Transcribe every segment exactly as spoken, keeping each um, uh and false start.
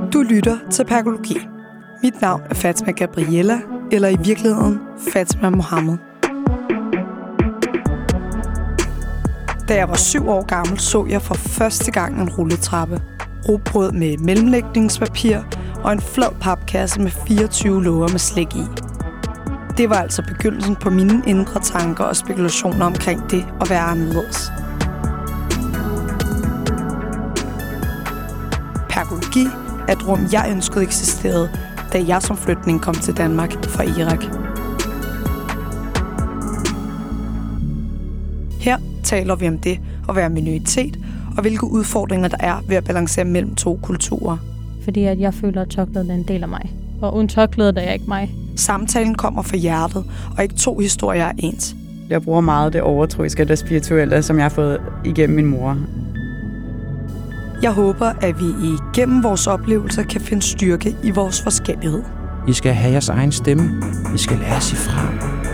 Du lytter til Perkologi. Mit navn er Fatima Gabriella, eller i virkeligheden Fatima Mohammed. Da jeg var syv år gammel, så jeg for første gang en rulletrappe, rugbrød med mellemlægningspapir og en flad papkasse med fireogtyve låger med slik i. Det var altså begyndelsen på mine indre tanker og spekulationer omkring det at være anderledes. Perkologi er et rum, jeg ønskede eksisterede, da jeg som flygtning kom til Danmark fra Irak. Her taler vi om det at være minoritet, og hvilke udfordringer der er ved at balancere mellem to kulturer. Fordi at jeg føler, at tørklædet er en del af mig. Og uden tørklædet er jeg ikke mig. Samtalen kommer fra hjertet, og ikke to historier er ens. Jeg bruger meget det overtroiske og det spirituelle, som jeg har fået igennem min mor. Jeg håber, at vi igennem vores oplevelser kan finde styrke i vores forskellighed. I skal have jeres egen stemme. I skal lære at sige fra.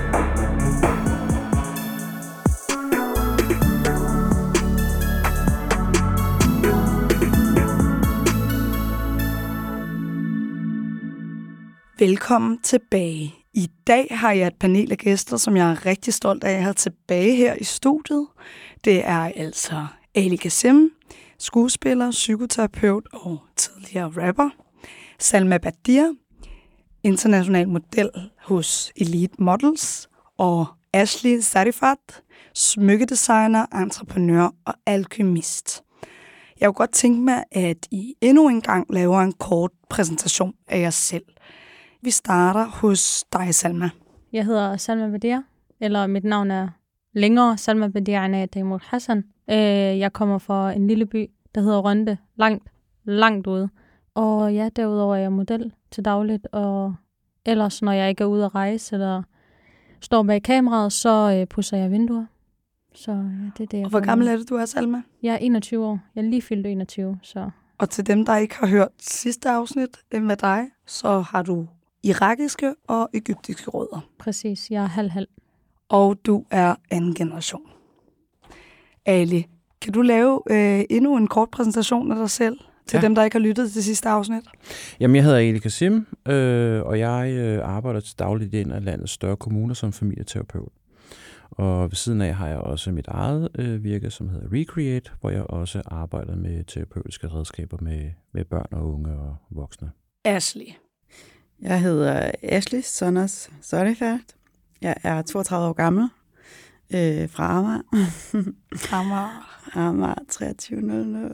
Velkommen tilbage. I dag har jeg et panel af gæster, som jeg er rigtig stolt af at have tilbage her i studiet. Det er altså Ali Qassim, skuespiller, psykoterapeut og tidligere rapper. Salma Badir, international model hos Elite Models. Og Ashley Zarifat, smykkedesigner, entreprenør og alkymist. Jeg kunne godt tænke mig, at I endnu en gang laver en kort præsentation af jer selv. Vi starter hos dig, Salma. Jeg hedder Salma Badir, eller mit navn er længere Salma Badir Anaya Taimur Hassan. Jeg kommer fra en lille by, der hedder Rønde, langt, langt ude. Og ja, derudover er jeg model til dagligt, og ellers, når jeg ikke er ude at rejse, eller står bag kameraet, så pusser jeg vinduer. Så ja, det er det, jeg Og hvor gammel er det, du er, Salma? Jeg er enogtyve år. Jeg er lige fyldt enogtyve, så... Og til dem, der ikke har hørt sidste afsnit med dig, så har du irakiske og egyptiske rødder. Præcis, jeg er halv-halv. Og du er anden generation. Ali, kan du lave øh, endnu en kort præsentation af dig selv, til ja. dem, der ikke har lyttet til sidste afsnit? Jamen, jeg hedder Ali Qassim, øh, og jeg øh, arbejder til dagligt i en af landets større kommuner som familieterapeut. Og ved siden af har jeg også mit eget øh, virke, som hedder Recreate, hvor jeg også arbejder med terapeutiske redskaber med, med børn og unge og voksne. Ashley. Jeg hedder Ashley Sonos Zarifat. Jeg er toogtredive år gammel, øh, fra Amager. Amager. Amager treogtyve nul nul.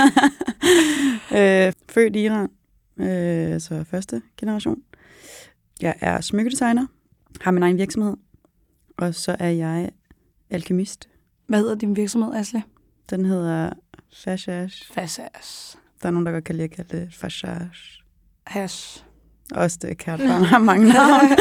øh, født i Iran, øh, så første generation. Jeg er smykkedesigner, har min egen virksomhed, og så er jeg alkemist. Hvad hedder din virksomhed, Ashley? Den hedder Fashash. Fashash. Der er nogen, der godt kan lide at kalde det Fashash. Hash. Også det kært barn har mange navne.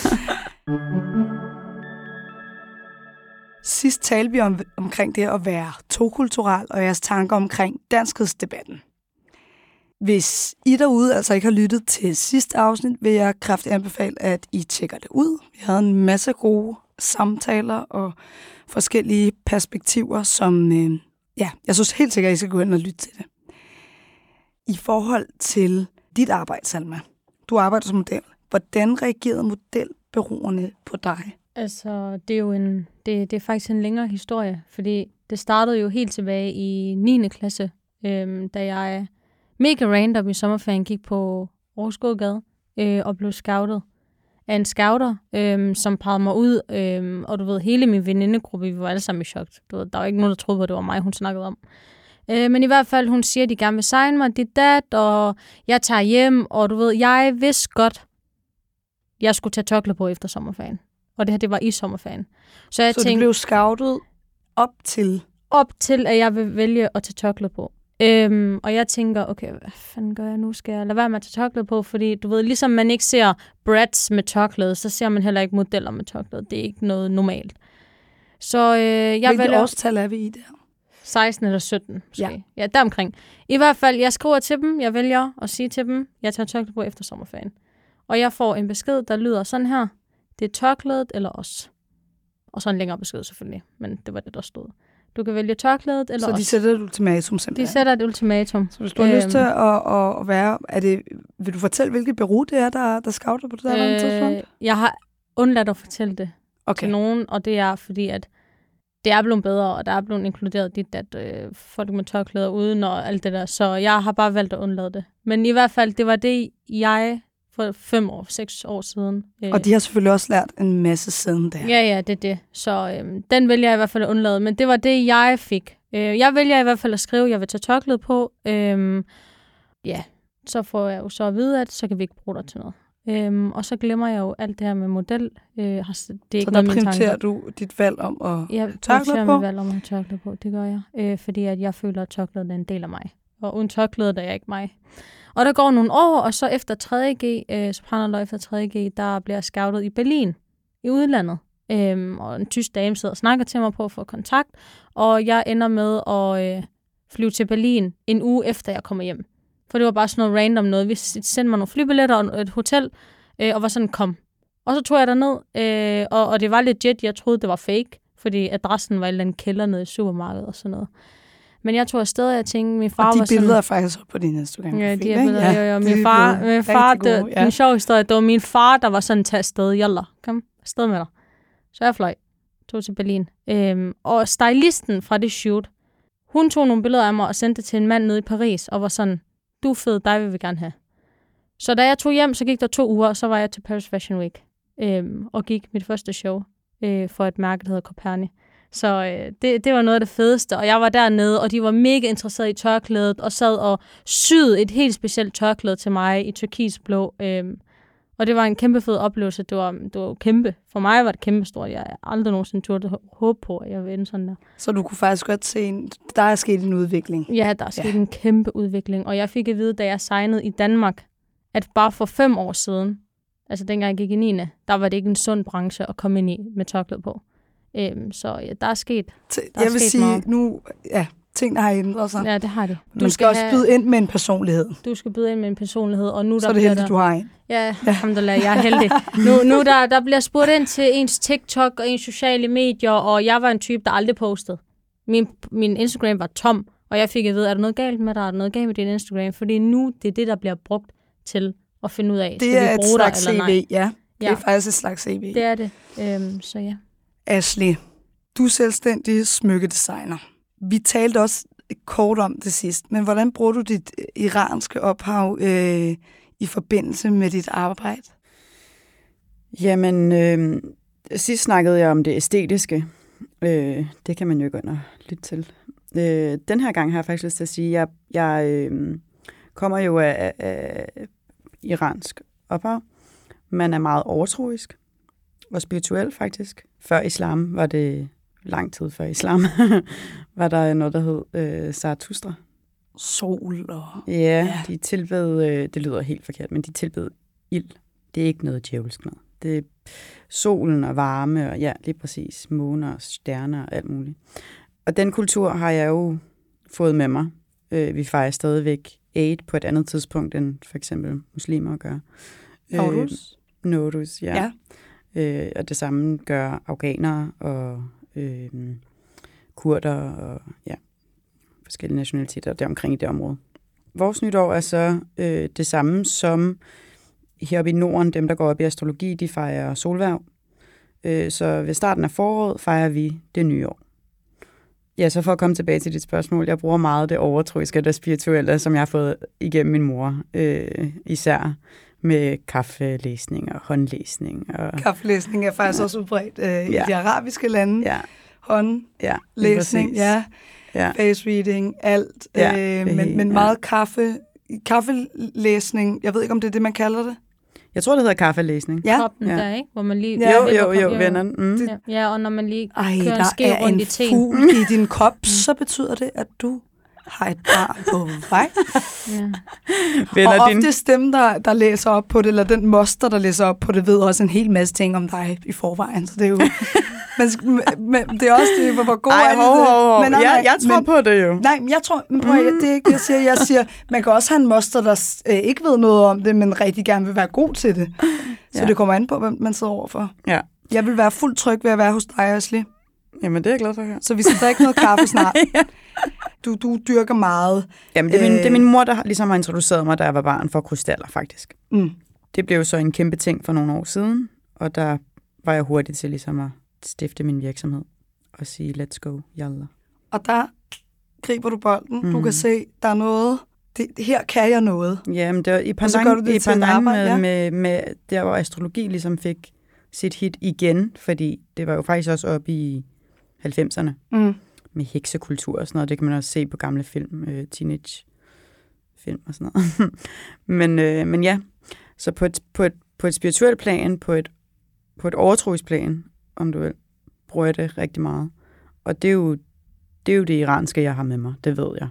Sidst talte vi om, omkring det at være tokulturel og jeres tanker omkring danskhedsdebatten. Hvis I derude altså ikke har lyttet til sidste afsnit, vil jeg kraftigt anbefale, at I tjekker det ud. Vi havde en masse gode samtaler og forskellige perspektiver, som øh, ja, jeg synes helt sikkert, at I skal gå ind og lytte til det. I forhold til dit arbejde, Salma. Du arbejder som model. Hvordan reagerede modelbureauerne på dig? Altså, det er jo en, det, det er faktisk en længere historie, fordi det startede jo helt tilbage i niende klasse, øhm, da jeg mega random i sommerferien gik på Aarhus Gågade øh, og blev scoutet af en scouter, øhm, som pegede mig ud, øhm, og du ved, hele min venindegruppe, vi var alle sammen i chok. Du ved, der var ikke nogen, der troede på, at det var mig, hun snakkede om. Øh, men i hvert fald, hun siger, at de gerne vil signe mig, dit dat, og jeg tager hjem, og du ved, jeg vidste godt, jeg skulle tage tørklæde på efter sommerferien. Og det her, det var i sommerferien. Så, jeg Så tænkte, du blev scoutet op til? Op til, at jeg vil vælge at tage tørklæde på. Øhm, og jeg tænker, okay, hvad fanden gør jeg nu? Skal jeg lade være med at tage tørklæde på? Fordi du ved, ligesom man ikke ser brats med tørklæde, så ser man heller ikke modeller med tørklæde. Det er ikke noget normalt. Så øh, jeg Hvilket vælger... årstal er vi i der? seksten eller sytten, måske. Ja. Ja, deromkring. I hvert fald, jeg skriver til dem, jeg vælger at sige til dem, jeg tager tørklæde på efter sommerferien. Og jeg får en besked, der lyder sådan her. Det er tørklædet eller os. Og så en længere besked selvfølgelig, men det var det, der stod. Du kan vælge tørklædet, eller Så de også, sætter et ultimatum simpelthen? de sætter et ultimatum. Så hvis du har øhm, lyst til at, at være... Er det, vil du fortælle, hvilket bureau det er, der, der scouter på det der øh, tidspunkt? Jeg har undladt at fortælle det okay. til nogen, og det er fordi, at det er blevet bedre, og der er blevet inkluderet dit, at øh, folk med tørklæder uden og alt det der. Så jeg har bare valgt at undlade det. Men i hvert fald, det var det, jeg for fem år, seks år siden. Øh, og de har selvfølgelig også lært en masse siden der. Ja, ja, det er det. Så øh, den vælger jeg i hvert fald at undlade. Men det var det, jeg fik. Øh, jeg vælger i hvert fald at skrive, at jeg vil tage tørklæde på. Øh, ja, så får jeg jo så at vide, at så kan vi ikke bruge dig til noget. Øhm, og så glemmer jeg jo alt det her med model. Øh, det er ikke så der prioriterer du dit valg om at jeg tørklæde på? Jeg valg om at have tørklæde på, det gør jeg. Øh, fordi at jeg føler, at tørklædet er en del af mig. Og uden tørklædet er jeg ikke mig. Og der går nogle år, og så efter tredje G, øh, subhanallah efter tredje G, der bliver jeg scoutet i Berlin, i udlandet. Øhm, og en tysk dame sidder og snakker til mig på at få kontakt. Og jeg ender med at øh, flyve til Berlin en uge efter jeg kommer hjem. For det var bare sådan noget random noget. Vi sendte mig nogle flybilletter og et hotel, øh, og var sådan, kom. Og så tog jeg derned, øh, og, og det var legit. Jeg troede, det var fake, fordi adressen var et eller andet kælder nede i supermarkedet og sådan noget. Men jeg tog afsted, og jeg tænkte, min far var sådan... Og de billeder er faktisk på din Instagram. Ja, de billeder, ja, jo, jo. Min far, min far det, gode, ja. En sjov historie, det var min far, der var sådan, tag afsted, jalla, kom afsted med dig. Så jeg fløj, tog til Berlin. Øhm, og stylisten fra det shoot, hun tog nogle billeder af mig og sendte det til en mand nede i Paris, og var sådan, du er fed, dig vil vi gerne have. Så da jeg tog hjem, så gik der to uger, og så var jeg til Paris Fashion Week, øhm, og gik mit første show øh, for et mærke, der hedder Coperni. Så øh, det, det var noget af det fedeste, og jeg var dernede, og de var mega interesserede i tørklædet, og sad og syede et helt specielt tørklæde til mig i turkisblå. Øhm, og det var en kæmpe fed oplevelse. Det var, det var kæmpe. For mig var det kæmpe stort. Jeg har aldrig nogensinde turde håbe på, at jeg ville ende sådan der. Så du kunne faktisk godt se, en, der er sket en udvikling? Ja, der er sket ja. en kæmpe udvikling. Og jeg fik at vide, da jeg signede i Danmark, at bare for fem år siden, altså dengang jeg gik i niende, der var det ikke en sund branche at komme ind i med tørklæde på. Øhm, så ja, der er sket der Jeg er vil sket sige, meget. nu, ja, tingene har ændret sig. Ja, det har det. Du skal, skal også have, byde ind med en personlighed. Du skal byde ind med en personlighed, og nu så der er det heldigt, der, du har en. Ja, alhamdulillah, jeg er heldig. Nu, nu der, der bliver spurgt ind til ens TikTok og ens sociale medier, og jeg var en type, der aldrig postede. Min, min Instagram var tom, og jeg fik at vide, er der noget galt med dig? Er der noget galt med din Instagram? Fordi nu, det er det, der bliver brugt til at finde ud af, det skal vi bruge dig eller nej. Det er et slags C V, ja. Det ja. er faktisk et slags C V. Det er det, øhm, så ja. Ashley, du er selvstændig smykkedesigner. Vi talte også kort om det sidst, men hvordan bruger du dit iranske ophav øh, i forbindelse med dit arbejde? Jamen, øh, sidst snakkede jeg om det æstetiske. Øh, det kan man jo gå ind og lytte til. Øh, den her gang har jeg faktisk lyst til at sige, at jeg, jeg øh, kommer jo af, af iransk ophav. Man er meget overtroisk og spirituel faktisk. Før islam var det... lang tid før islam, var der noget, der hed øh, Zarathustra. Sol og... Ja, ja. De tilbed, øh, det lyder helt forkert, men de tilbed ild. Det er ikke noget djævelsk noget. Det er solen og varme, og ja, lige præcis, måner og stjerner og alt muligt. Og den kultur har jeg jo fået med mig. Øh, vi fejrer stadigvæk Eid på et andet tidspunkt, end for eksempel muslimer gør. Nowruz? Øh, Nowruz, ja. ja. Øh, og det samme gør afghanere og øh, kurder og ja, forskellige nationaliteter der omkring i det område. Vores nytår er så øh, det samme som heroppe i Norden, dem der går op i astrologi, de fejrer solværv. Øh, så ved starten af foråret fejrer vi det nye år. Ja, så for at komme tilbage til dit spørgsmål, jeg bruger meget det overtroiske og det spirituelle, som jeg har fået igennem min mor, øh, især med kaffelæsning og håndlæsning. Og... Kaffelæsning er faktisk ja. også udbredt øh, ja. i de arabiske lande. Ja. Håndlæsning, ja. ja. Face reading, alt. Ja, øh, men, men meget ja. kaffe, kaffelæsning, jeg ved ikke, om det er det, man kalder det. Jeg tror, det hedder kaffelæsning. Ja. Koppen ja. der, ikke? Hvor man lige... Ja. Jo, jo, jo, jo, vennerne. Mm. Ja. ja, og når man lige Ej, kører en ske rundt i teen. Ej, der er en fugl i din kop, mm. så betyder det, at du har et barn på vej. Ja. Og oftest dem, der, der læser op på det, eller den moster, der læser op på det, ved også en hel masse ting om dig i forvejen. Så det er jo... men, men det er også det, hvor, hvor god Ej, er det. Hov, hov, hov. Men, nej, jeg, jeg tror men, på det jo. Nej, men jeg tror... Men prøv, mm. det er ikke det, jeg siger. Jeg siger, man kan også have en moster, der øh, ikke ved noget om det, men rigtig gerne vil være god til det. Så ja. det kommer an på, hvem man sidder overfor. Ja. Jeg vil være fuldt tryg ved at være hos dig, Ashley. Jamen, det er jeg glad for at høre. Så vi skal drikke noget kaffe snart. ja. Du, du dyrker meget. Jamen, det er, min, det er min mor, der har, ligesom har introduceret mig, da jeg var barn, for krystaller, faktisk. Mm. Det blev jo så en kæmpe ting for nogle år siden, og der var jeg hurtig til ligesom at stifte min virksomhed og sige, let's go, jalla. Og der griber du bolden. Mm. Du Mhm. kan se, der er noget. Det, her kan jeg noget. Jamen, det var i Og så gør du det i til et Penang arbejde, med, ja. med, med, der hvor astrologi ligesom fik sit hit igen, fordi det var jo faktisk også oppe i halvfemserne Mm. med heksekultur og sådan noget. Det kan man også se på gamle film, øh, teenage-film og sådan noget. men, øh, men ja, så på et, på et, på et spirituelt plan, på et, på et overtroisk plan, om du vil, bruger jeg det rigtig meget. Og det er jo det, er jo det iranske, jeg har med mig. Det ved jeg.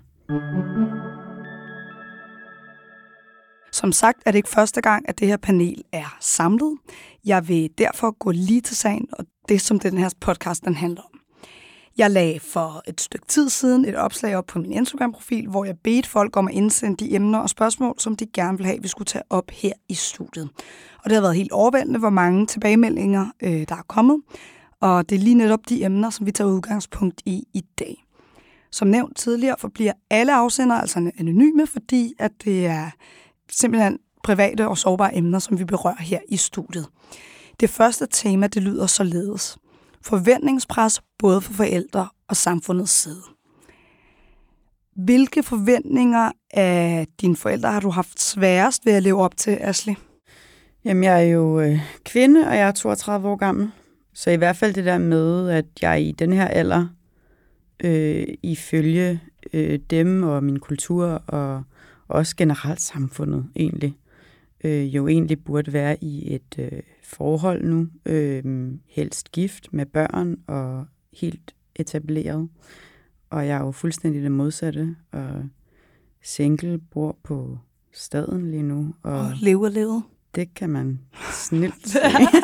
Som sagt er det ikke første gang, at det her panel er samlet. Jeg vil derfor gå lige til sagen, og det som den her podcast den handler om. Jeg lagde for et stykke tid siden et opslag op på min Instagram-profil, hvor jeg bedte folk om at indsende de emner og spørgsmål, som de gerne vil have, vi skulle tage op her i studiet. Og det har været helt overvældende, hvor mange tilbagemeldinger, øh, der er kommet. Og det er lige netop de emner, som vi tager udgangspunkt i i dag. Som nævnt tidligere, forbliver alle afsendere altså anonyme, fordi at det er simpelthen private og sårbare emner, som vi berører her i studiet. Det første tema, det lyder således. Forventningspres både for forældre og samfundets side. Hvilke forventninger af dine forældre har du haft sværest ved at leve op til, Ashley? Jamen, jeg er jo øh, kvinde, og jeg er toogtredive år gammel. Så i hvert fald det der med, at jeg i den her alder, øh, ifølge øh, dem og min kultur, og også generelt samfundet egentlig, øh, jo egentlig burde være i et øh, forhold nu, øh, helst gift med børn og helt etableret. Og jeg er jo fuldstændig det modsatte, og single, bor på staden lige nu. Og, Og leve og leve. det kan man snilt sige.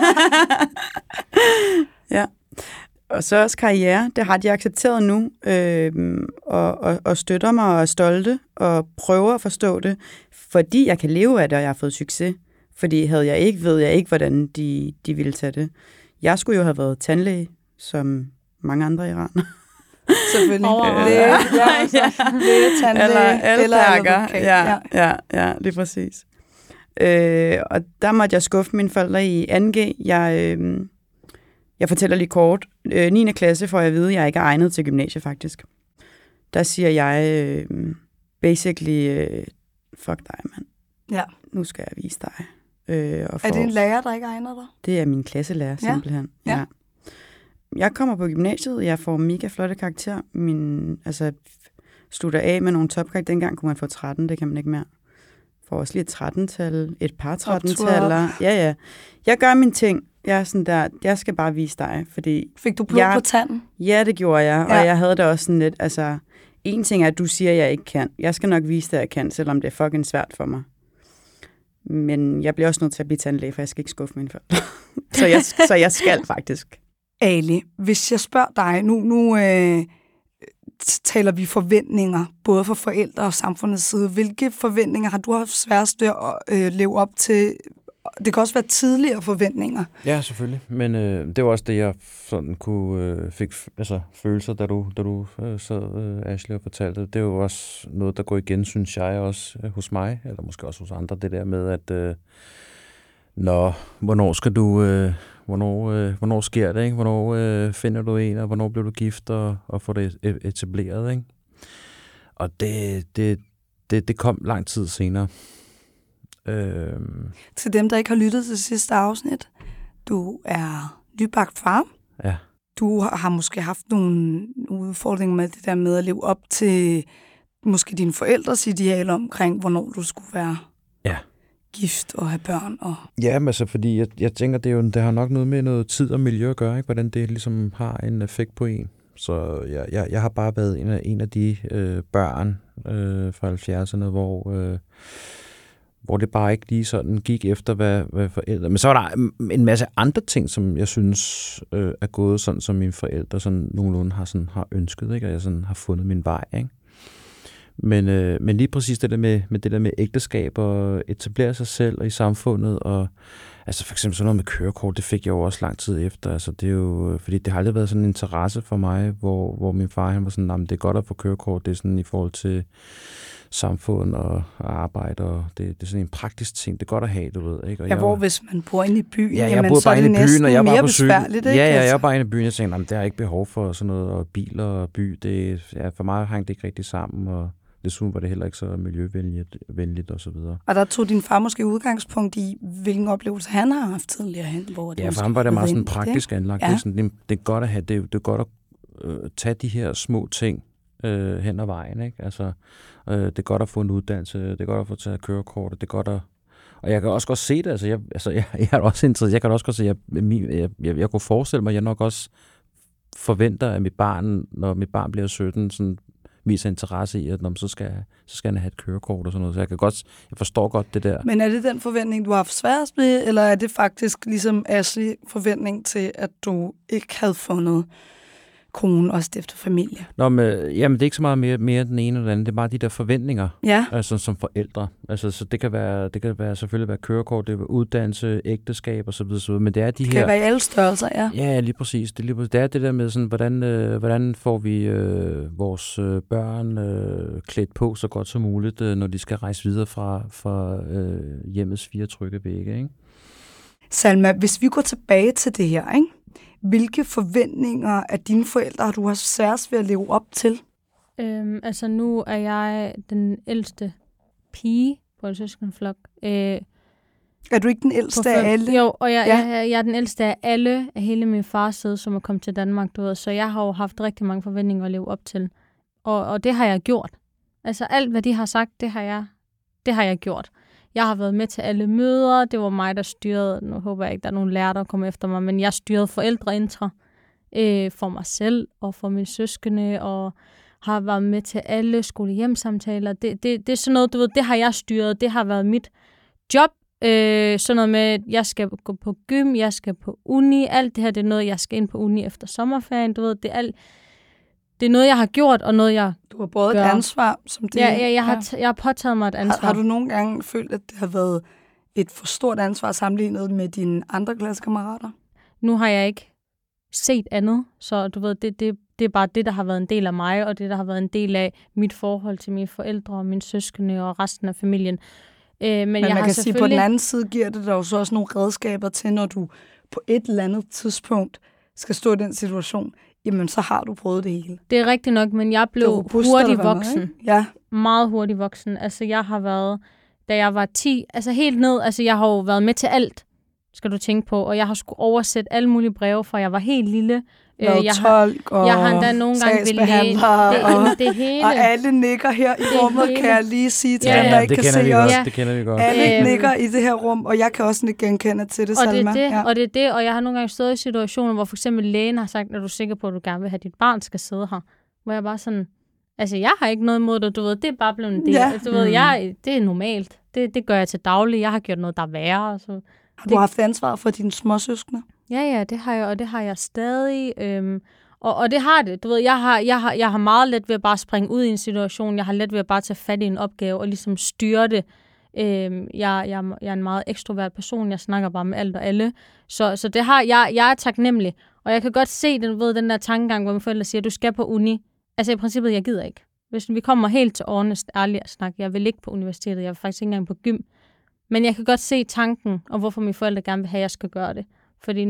Ja. Og så også karriere, det har de accepteret nu, øh, og, og, og støtter mig og er stolte, og prøver at forstå det, fordi jeg kan leve af det, og jeg har fået succes. Fordi havde jeg ikke, ved jeg ikke, hvordan de, de ville tage det. Jeg skulle jo have været tandlæge, som mange andre iranere. Selvfølgelig. Over- Læge, ja, altså. Læge, tandlæge, eller eller elpakker. advokat. Ja, ja, ja, det er præcis. Øh, og der måtte jeg skuffe mine forældre i anden G. Jeg, øh, jeg fortæller lige kort. Øh, niende klasse får jeg at vide, at jeg ikke er egnet til gymnasiet, faktisk. Der siger jeg øh, basically, øh, fuck dig, mand. Ja. Nu skal jeg vise dig. Øh, og Er det en lærer, der ikke egner dig? Det er min klasselærer, Ja. simpelthen. Ja. Ja. Jeg kommer på gymnasiet, jeg får mega flotte karakterer. Min, altså, slutter af med nogle topkarakterer. Dengang kunne man få tretten, det kan man ikke mere. Får også lige et tretten-tal, et par tretten-taller. Ja, ja. Jeg gør min ting. Jeg er sådan der, jeg skal bare vise dig, fordi... Fik du blod jeg, på tanden? Ja, det gjorde jeg, Ja. og jeg havde det også sådan lidt, altså... En ting er, at du siger, at jeg ikke kan. Jeg skal nok vise dig, at jeg kan, selvom det er fucking svært for mig. Men jeg bliver også nødt til at blive tandlæge, for jeg skal ikke skuffe mine forældre. så, jeg, så jeg skal faktisk. Ali, hvis jeg spørger dig, nu, nu øh, taler vi forventninger, både for forældre og samfundets side. Hvilke forventninger har du haft sværest ved at øh, leve op til? Det kan også være tidligere forventninger. Ja, selvfølgelig. Men øh, det var også det, jeg sådan kunne øh, fik altså, følelser, da du, da du øh, sad, øh, Ashley, og fortalte det. Det er jo også noget, der går igen, synes jeg også, øh, hos mig, eller måske også hos andre, det der med, at øh, nå, hvornår skal du, øh, hvornår, øh, hvornår sker det, ikke? Hvornår øh, finder du en, og hvornår bliver du gift, og, og får det etableret, ikke? Og det, det, det, det kom lang tid senere. Øhm, Til dem, der ikke har lyttet til sidste afsnit. Du er nybagt far. ja. Du har måske haft nogle udfordringer med det der med at leve op til måske dine forældres idealer omkring, hvornår du skulle være Ja. gift og have børn. Og... Ja, men altså, fordi jeg, jeg tænker, det, er jo, det har nok noget med noget tid og miljø at gøre, ikke? Hvordan det ligesom har en effekt på en. Så jeg, jeg, jeg har bare været en af, en af de øh, børn øh, fra halvfjerdserne, hvor, øh, hvor det bare ikke lige sådan gik efter, hvad, hvad forældre... Men så var der en masse andre ting, som jeg synes øh, er gået sådan, som mine forældre sådan nogenlunde har, sådan, har ønsket, ikke? Og jeg sådan har fundet min vej, ikke? Men, øh, men lige præcis det der med, med det der med ægteskab og etablere sig selv og i samfundet, og altså for eksempel sådan noget med kørekort, det fik jeg jo også lang tid efter. Altså det er jo, fordi det har aldrig været sådan en interesse for mig, hvor, hvor min far han var sådan, det er godt at få kørekort, det er sådan i forhold til samfund og, og arbejde, og det, det er sådan en praktisk ting, det er godt at have, du ved. Ikke? Og ja, jeg, hvor hvis man bor inde i byen, ja, jeg jamen, boede så er bare det inde i byen, og jeg næsten var mere på cykel. besværligt, ikke? Ja, ja, jeg altså. var bare inde i byen, og jeg tænkte, det er ikke behov for sådan noget, og biler og by, det, ja, for mig hang det ikke rigtig sammen, og desuden var det heller ikke så miljøvenligt venligt og så videre. Og der tog din far måske udgangspunkt i, hvilken oplevelse han har haft tidligere hen, hvor det ja, for ham var det meget sådan praktisk det? anlagt. Ja. Det, er sådan, det, det er godt at have, det, det er godt at øh, tage de her små ting øh, hen ad vejen, ikke? Altså, øh, det er godt at få en uddannelse, det er godt at få taget kørekortet, det er godt at... Og jeg kan også godt se det, altså jeg, altså, jeg, jeg er også interesseret, jeg kan også godt se, at jeg, jeg, jeg, jeg kunne forestille mig, at jeg nok også forventer, at mit barn, når mit barn bliver sytten, sådan viser interesse i, at når man så skal, så skal han have et kørekort og sådan noget. Så jeg kan godt, jeg forstår godt det der. Men er det den forventning, du har haft sværest ved, eller er det faktisk ligesom Ashley forventning til, at du ikke havde fundet kone og stiftet familie? Nå, men, jamen, det er ikke så meget mere, mere den ene eller den anden. Det er bare de der forventninger, ja. altså, som forældre. Altså, så det kan være, det kan være selvfølgelig være kørekort, det kan være uddannelse, ægteskab og så videre, så videre. Men det er de det her... kan være i alle størrelser, ja. Ja, lige præcis. Det er, lige præcis. Det, er det der med, sådan, hvordan, øh, hvordan får vi øh, vores øh, børn øh, klædt på så godt som muligt, øh, når de skal rejse videre fra, fra øh, hjemmets fire trygge vægge, ikke? Salma, hvis vi går tilbage til det her, ikke? Hvilke forventninger af dine forældre har du haft sværest ved at leve op til? Øhm, altså nu er jeg den ældste pige på en søskenflok. Øh, er du ikke den ældste af alle? Jo, og jeg, ja. jeg, jeg er den ældste af alle af hele min fars side, som er kommet til Danmark, du ved. Så jeg har jo haft rigtig mange forventninger at leve op til. Og, og det har jeg gjort. Altså alt, hvad de har sagt, det har jeg, det har jeg gjort. Jeg har været med til alle møder. Det var mig, der styrede. Nu håber jeg ikke, der er nogen lærere, der kommer efter mig. Men jeg styrede forældreintra øh, for mig selv og for mine søskende. Og har været med til alle skole-hjem-samtaler. Det, det, det er sådan noget, du ved, det har jeg styret. Det har været mit job. Øh, sådan noget med, at jeg skal gå på gym, jeg skal på uni. Alt det her, det er noget, jeg skal ind på uni efter sommerferien. Du ved, det er alt... Det er noget, jeg har gjort, og noget, jeg Du har båret gør. et ansvar, som det Ja, ja jeg, har t- jeg har påtaget mig et ansvar. Har, har du nogle gange følt, at det har været et for stort ansvar sammenlignet med dine andre klassekammerater? Nu har jeg ikke set andet, så du ved, det, det, det er bare det, der har været en del af mig, og det, der har været en del af mit forhold til mine forældre og mine søskende og resten af familien. Øh, men men jeg man har kan selvfølgelig... sige, på den anden side giver det dig jo så også nogle redskaber til, når du på et eller andet tidspunkt skal stå i den situation, jamen så har du prøvet det hele. Det er rigtigt nok, men jeg blev hurtigt voksen. Noget, ja. Meget hurtigt voksen. Altså jeg har været, da jeg var ti, altså helt ned, altså jeg har jo været med til alt, skal du tænke på, og jeg har skulle oversætte alle mulige breve, fra jeg var helt lille. Været jeg tolk har, jeg har endda nogle gange ville det, og, det hele. Og alle nikker her i det rummet, hele. kan jeg lige sige til ja, dem, der ja, ikke det kan se os. os. Ja. Det kender vi godt. Alle Øhm, nikker i det her rum, og jeg kan også ikke genkende til det, og Salma. Det er det, ja. og det er det, og jeg har nogle gange stået i situationer, hvor for eksempel lægen har sagt, at du er sikker på, at du gerne vil have, at dit barn skal sidde her. Hvor jeg bare sådan, altså jeg har ikke noget imod det, du ved, det er bare blevet en del. Ja. Du ved, jeg, det er normalt. Det, det gør jeg til daglig. Jeg har gjort noget, der er værre. Så har du det... haft ansvar for dine småsøskende? Ja, ja, det har jeg, og det har jeg stadig. Øhm, og, og det har det. Du ved, jeg har, jeg, har, jeg har meget let ved at bare springe ud i en situation. Jeg har let ved at bare tage fat i en opgave og ligesom styre det. Øhm, jeg, jeg, jeg er en meget ekstrovert person. Jeg snakker bare med alt og alle. Så, så det har, jeg, jeg er taknemmelig. Og jeg kan godt se den, ved, den der tankegang, hvor mine forældre siger, du skal på uni. Altså i princippet, jeg gider ikke. Hvis vi kommer helt til honest, ærligt at snakke, jeg vil ikke på universitetet. Jeg vil faktisk ikke engang på gym. Men jeg kan godt se tanken, og hvorfor mine forældre gerne vil have, at jeg skal gøre det. Fordi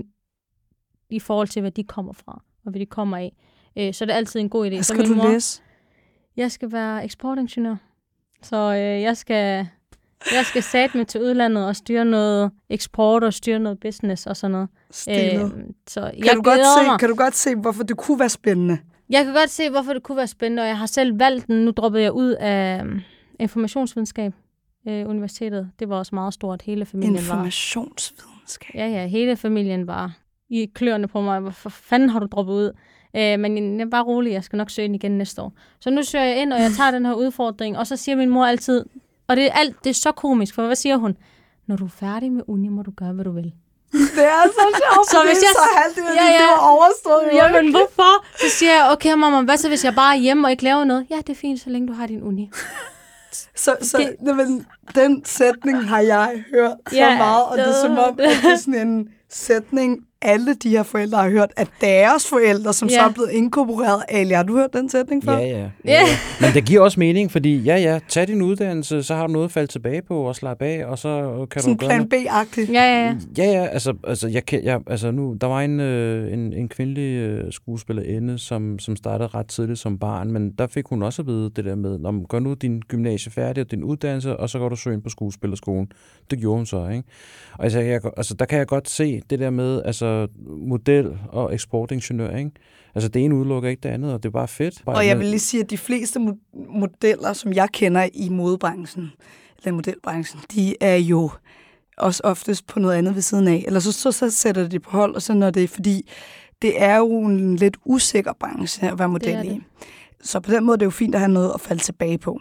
i forhold til, hvad de kommer fra, og hvad de kommer af. Øh, så det er altid en god idé. Hvad skal du mor, læse? Jeg skal være eksportingeniør. Så øh, jeg skal jeg skal sætte mig til udlandet og styre noget eksport og styre noget business og sådan noget. Øh, så kan, jeg du godt se, kan du godt se, hvorfor det kunne være spændende? Jeg kan godt se, hvorfor det kunne være spændende, og jeg har selv valgt den. Nu droppede jeg ud af um, informationsvidenskab. Øh, universitetet, det var også meget stort. Hele familien var... Informationsvidenskab? Ja, ja, hele familien var i kløerne på mig. Hvorfor fanden har du droppet ud? Øh, men jeg er bare rolig, jeg skal nok søge igen næste år. Så nu søger jeg ind, og jeg tager den her udfordring, og så siger min mor altid, og det er, alt, det er så komisk, for hvad siger hun? Når du er færdig med uni, må du gøre, hvad du vil. Det er så sjovt, Så fordi hvis jeg- så halvdelen Ja, ja, ja. ja. det var overstået. jo, Jamen, ikke? hvorfor? Så siger jeg, okay mamma, hvad så hvis jeg bare er hjemme og ikke laver noget? Ja, det er fint, så længe du har din uni. Så, så Det- det, men, den sætning har jeg hørt så Ja, meget, og det er som om, at det er sådan en sætning, alle de her forældre har hørt af deres forældre, som Ja. så er blevet inkorporeret. Ali, har du hørt den sætning før? Ja, ja, ja, ja. Men det giver også mening, fordi ja, ja, tag din uddannelse, så har du noget at falde tilbage på og slappe af, og så kan Sådan du gøre plan B-agtigt. Ja, ja, ja. Ja, ja, altså, altså, jeg, kan- jeg, altså nu, der var en, øh, en, en kvindelig øh, skuespillerinde, som, som startede ret tidligt som barn, men der fik hun også at vide det der med, når man gør nu din gymnasie færdig og din uddannelse, og så går du søge ind på skuespillerskolen. Det gjorde hun så, ikke? Og altså, jeg, altså, der kan jeg godt se det der med, altså, model og eksportingeniør, ikke? Altså, det ene udelukker ikke det andet, og det er bare fedt. Bare Og jeg med- vil lige sige, at de fleste mo- modeller, som jeg kender i modebranchen, eller modelbranchen, de er jo også oftest på noget andet ved siden af. Eller så, så, så sætter de på hold, og så når det er, fordi det er jo en lidt usikker branche at være model Det er det. i. Så på den måde er det jo fint at have noget at falde tilbage på.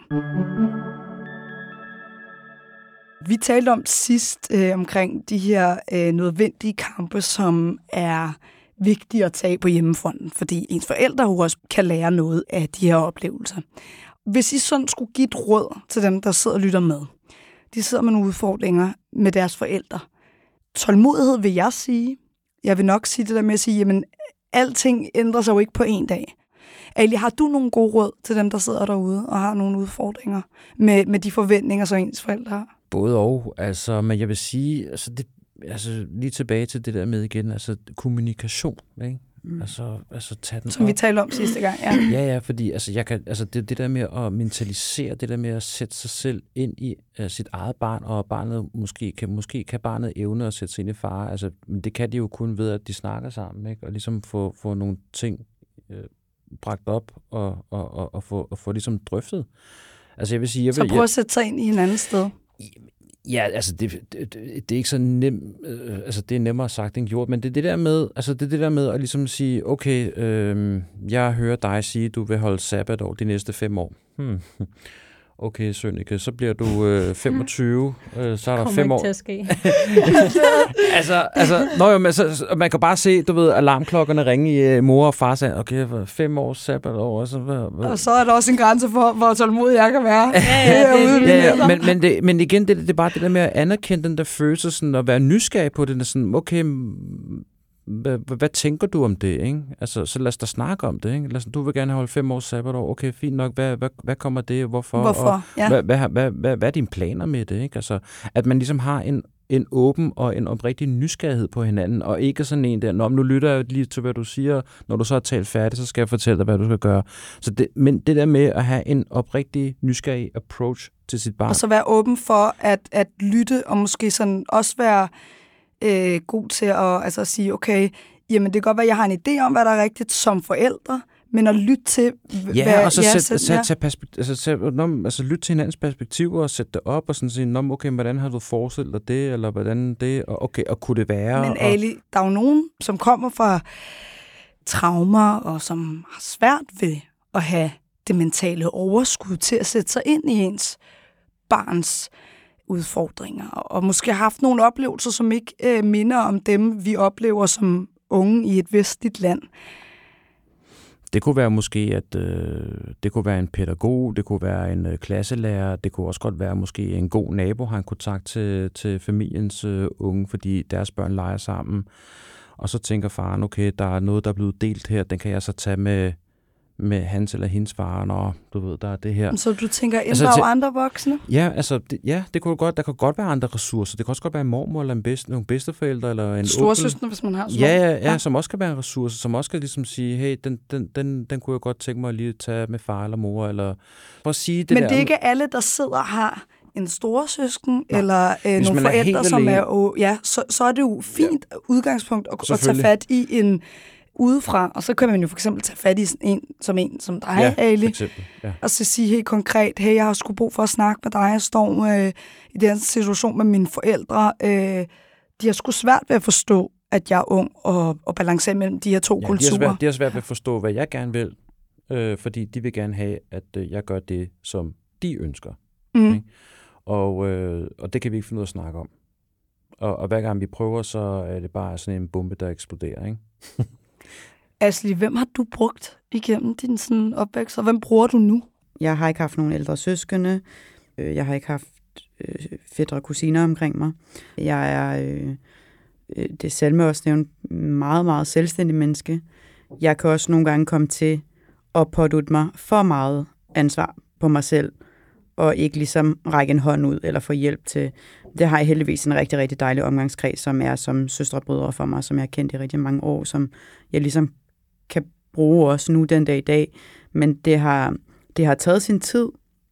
Vi talte om sidst øh, omkring de her øh, nødvendige kampe, som er vigtige at tage på hjemmefronten, fordi ens forældre jo også kan lære noget af de her oplevelser. Hvis I sådan skulle give et råd til dem, der sidder og lytter med, de sidder med nogle udfordringer med deres forældre. Tålmodighed vil jeg sige. Jeg vil nok sige det der med at sige, jamen alting ændrer sig jo ikke på en dag. Ali, har du nogle gode råd til dem, der sidder derude og har nogle udfordringer med, med de forventninger, som ens forældre har? Både og, altså, men jeg vil sige, altså, det, altså lige tilbage til det der med igen, altså kommunikation, ikke? Mm. Altså, altså tage den Som op. vi talte om sidste gang, ja. Ja, ja, fordi altså, jeg kan, altså, det, det der med at mentalisere, det der med at sætte sig selv ind i uh, sit eget barn, og barnet måske kan, måske kan barnet evne at sætte sig ind i far, altså, men det kan de jo kun ved, at de snakker sammen, ikke? Og ligesom få, få nogle ting øh, bragt op, og, og, og, og, få, og få ligesom drøftet. Altså, jeg vil sige... Jeg Så vil, prøv at sætte sig ind i hinanden sted. Ja, altså det, det, det er ikke så nemt, øh, altså det er nemmere sagt end gjort, men det er det der med, altså det er det der med at ligesom sige, okay, øh, jeg hører dig sige, du vil holde sabbatår de næste fem år. Hmm. Okay, Sønneke, så bliver du øh, femogtyve, øh, så er der Kommer fem ikke år. til at ske. altså, altså, nå jo, men så, man kan bare se, du ved, alarmklokkerne ringe i øh, mor og far og sagde, okay, fem års sabbatår, og så... Hvad, hvad? Og så er der også en grænse for, hvor tålmodig jeg kan være. Ja, ja, det er Herude i Ja, ja, vinter. men, men, det, men igen, det, det er bare det der med at anerkende den der følelse, sådan, og være nysgerrig på det, sådan, okay, hvad, hvad, hvad tænker du om det, ikke? Altså, så lad os da snakke om det, ikke? Lad os, du vil gerne holde fem års sabbatår, okay, fint nok, hvad, hvad, hvad kommer det, hvorfor? Hvorfor, og, ja. hvad, hvad, hvad, hvad, hvad er dine planer med det, ikke? Altså, at man ligesom har en, en åben og en oprigtig nysgerrighed på hinanden, og ikke sådan en der, nå, nu lytter jeg lige til, hvad du siger, når du så har talt færdigt, så skal jeg fortælle dig, hvad du skal gøre. Så det, men det der med at have en oprigtig, nysgerrig approach til sit barn. Og så være åben for at, at lytte, og måske sådan også være øh, god til at altså at sige, okay, jamen det kan godt være, at jeg har en idé om, hvad der er rigtigt som forældre, men at lytte til... Ja, hvad, og så ja, sæt, sæt- sæt, ja. sæt perspekt- altså, sæt, nå, altså lyt til hinandens perspektiver og sæt det op og sådan sige, nå, okay, hvordan har du forestillet dig det, eller hvordan det, og okay, og kunne det være? Men og, Ali, der er jo nogen, som kommer fra traumer, og som har svært ved at have det mentale overskud til at sætte sig ind i ens barns udfordringer, og måske har haft nogle oplevelser, som ikke øh, minder om dem, vi oplever som unge i et vestligt land. Det kunne være måske, at øh, det kunne være en pædagog, det kunne være en øh, klasselærer, det kunne også godt være måske en god nabo, har en kontakt til, til familiens øh, unge, fordi deres børn leger sammen. Og så tænker faren, okay, der er noget, der er blevet delt her, den kan jeg så tage med, med hans eller hendes far, når du ved, der er det her. Så du tænker, inddrag Altså, altså, til- andre voksne? Ja, altså, det, ja, det kunne godt, der kan godt være andre ressourcer. Det kan også godt være en mormor, eller en bedste, nogle bedsteforældre, eller en Storesøster, hvis man har sådan Ja, noget. ja, ja, som også kan være en ressource, som også kan ligesom sige, hey, den, den, den, den kunne jeg godt tænke mig at lige tage med far eller mor, eller for at sige det Men der. det er ikke alle, der sidder og har en storesøsken, Nej. eller øh, Hvis nogle man er forældre, helt som alene. er... Og, ja, så, så er det jo fint ja. udgangspunkt at, at tage Selvfølgelig. fat i en udefra, og så kan man jo for eksempel tage fat i sådan en som en som dig, Ja, Ali, for eksempel, ja. og så sige helt konkret, hey, jeg har sgu brug for at snakke med dig, jeg står øh, i den situation med mine forældre, øh, de har sgu svært ved at forstå, at jeg er ung og, og balancerer mellem de her to Ja, de har kulturer. svært, de har svært ved at forstå, hvad jeg gerne vil, øh, fordi de vil gerne have, at øh, jeg gør det, som de ønsker. Mm. Ikke? Og, øh, og det kan vi ikke finde ud af at snakke om. Og, og hver gang vi prøver, så er det bare sådan en bombe, der eksploderer, ikke? Asli, hvem har du brugt igennem din sådan opvækst, og hvem bruger du nu? Jeg har ikke haft nogen ældre søskende. Jeg har ikke haft øh, fætre og kusiner omkring mig. Jeg er, øh, det Salme også nævnt, meget, meget selvstændig menneske. Jeg kan også nogle gange komme til at pådutte mig for meget ansvar på mig selv, og ikke ligesom række en hånd ud eller få hjælp til. Det har jeg heldigvis en rigtig, rigtig dejlig omgangskreds, som er som søstre og brødre for mig, som jeg har kendt i rigtig mange år, som jeg ligesom kan bruge også nu den dag i dag. Men det har, det har taget sin tid,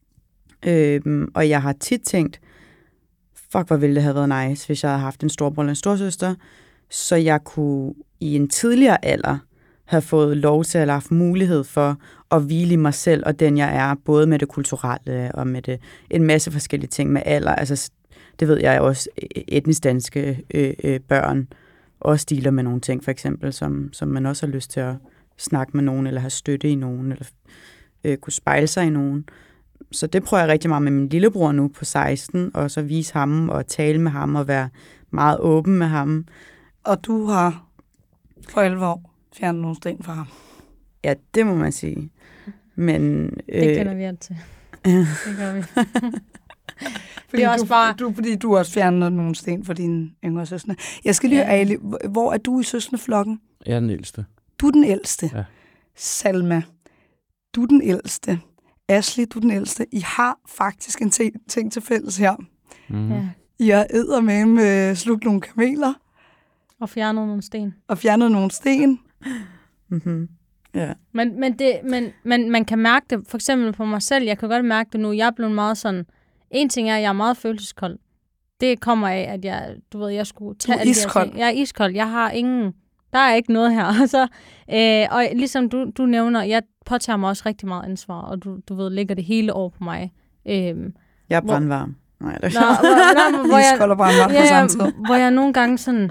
øhm, og jeg har tit tænkt, fuck, hvor ville det have været nice, hvis jeg havde haft en storbror eller en storsøster, så jeg kunne i en tidligere alder have fået lov til at have haft mulighed for at hvile i mig selv og den jeg er, både med det kulturelle og med det, en masse forskellige ting med alder. Altså, det ved jeg også, etnisk danske øh, øh, børn også dealer med nogle ting, for eksempel, som, som man også har lyst til at snakke med nogen, eller have støtte i nogen, eller øh, kunne spejle sig i nogen. Så det prøver jeg rigtig meget med min lillebror nu på seksten, og så vise ham og tale med ham og være meget åben med ham. Og du har for elleve år fjernet nogle sten fra ham. Ja, det må man sige. Men, øh, det kender vi alt til. Det gør vi. Fordi, det er også du, bare... du, fordi du også fjernet nogle sten for dine yngre søstre. Jeg skal lige høre, ja. Ali, hvor er du i søskendeflokken? Jeg er den ældste. Du er den ældste. Ja. Salma, du er den ældste. Asli, du er den ældste. I har faktisk en ting, ting til fælles her. Mm. Ja. I har eddermame med slugt nogle kameler. Og fjernet nogle sten. Og fjernet nogle sten. Mm-hmm. Ja. Men, men, det, men, men man kan mærke det, for eksempel på mig selv, jeg kan godt mærke det nu, jeg er blevet meget sådan, en ting er, at jeg er meget følelseskold. Det kommer af, at jeg, du ved, jeg skulle tage alle de her ting. Jeg er iskold, jeg har ingen, der er ikke noget her. Så, øh, og ligesom du, du nævner, jeg påtager mig også rigtig meget ansvar, og du, du ved, lægger det hele over på mig. Øh, jeg er brandvarm. Nej, det er hvor, hvor, hvor iskold og brandvarm på samme tid. Hvor jeg nogle gange sådan...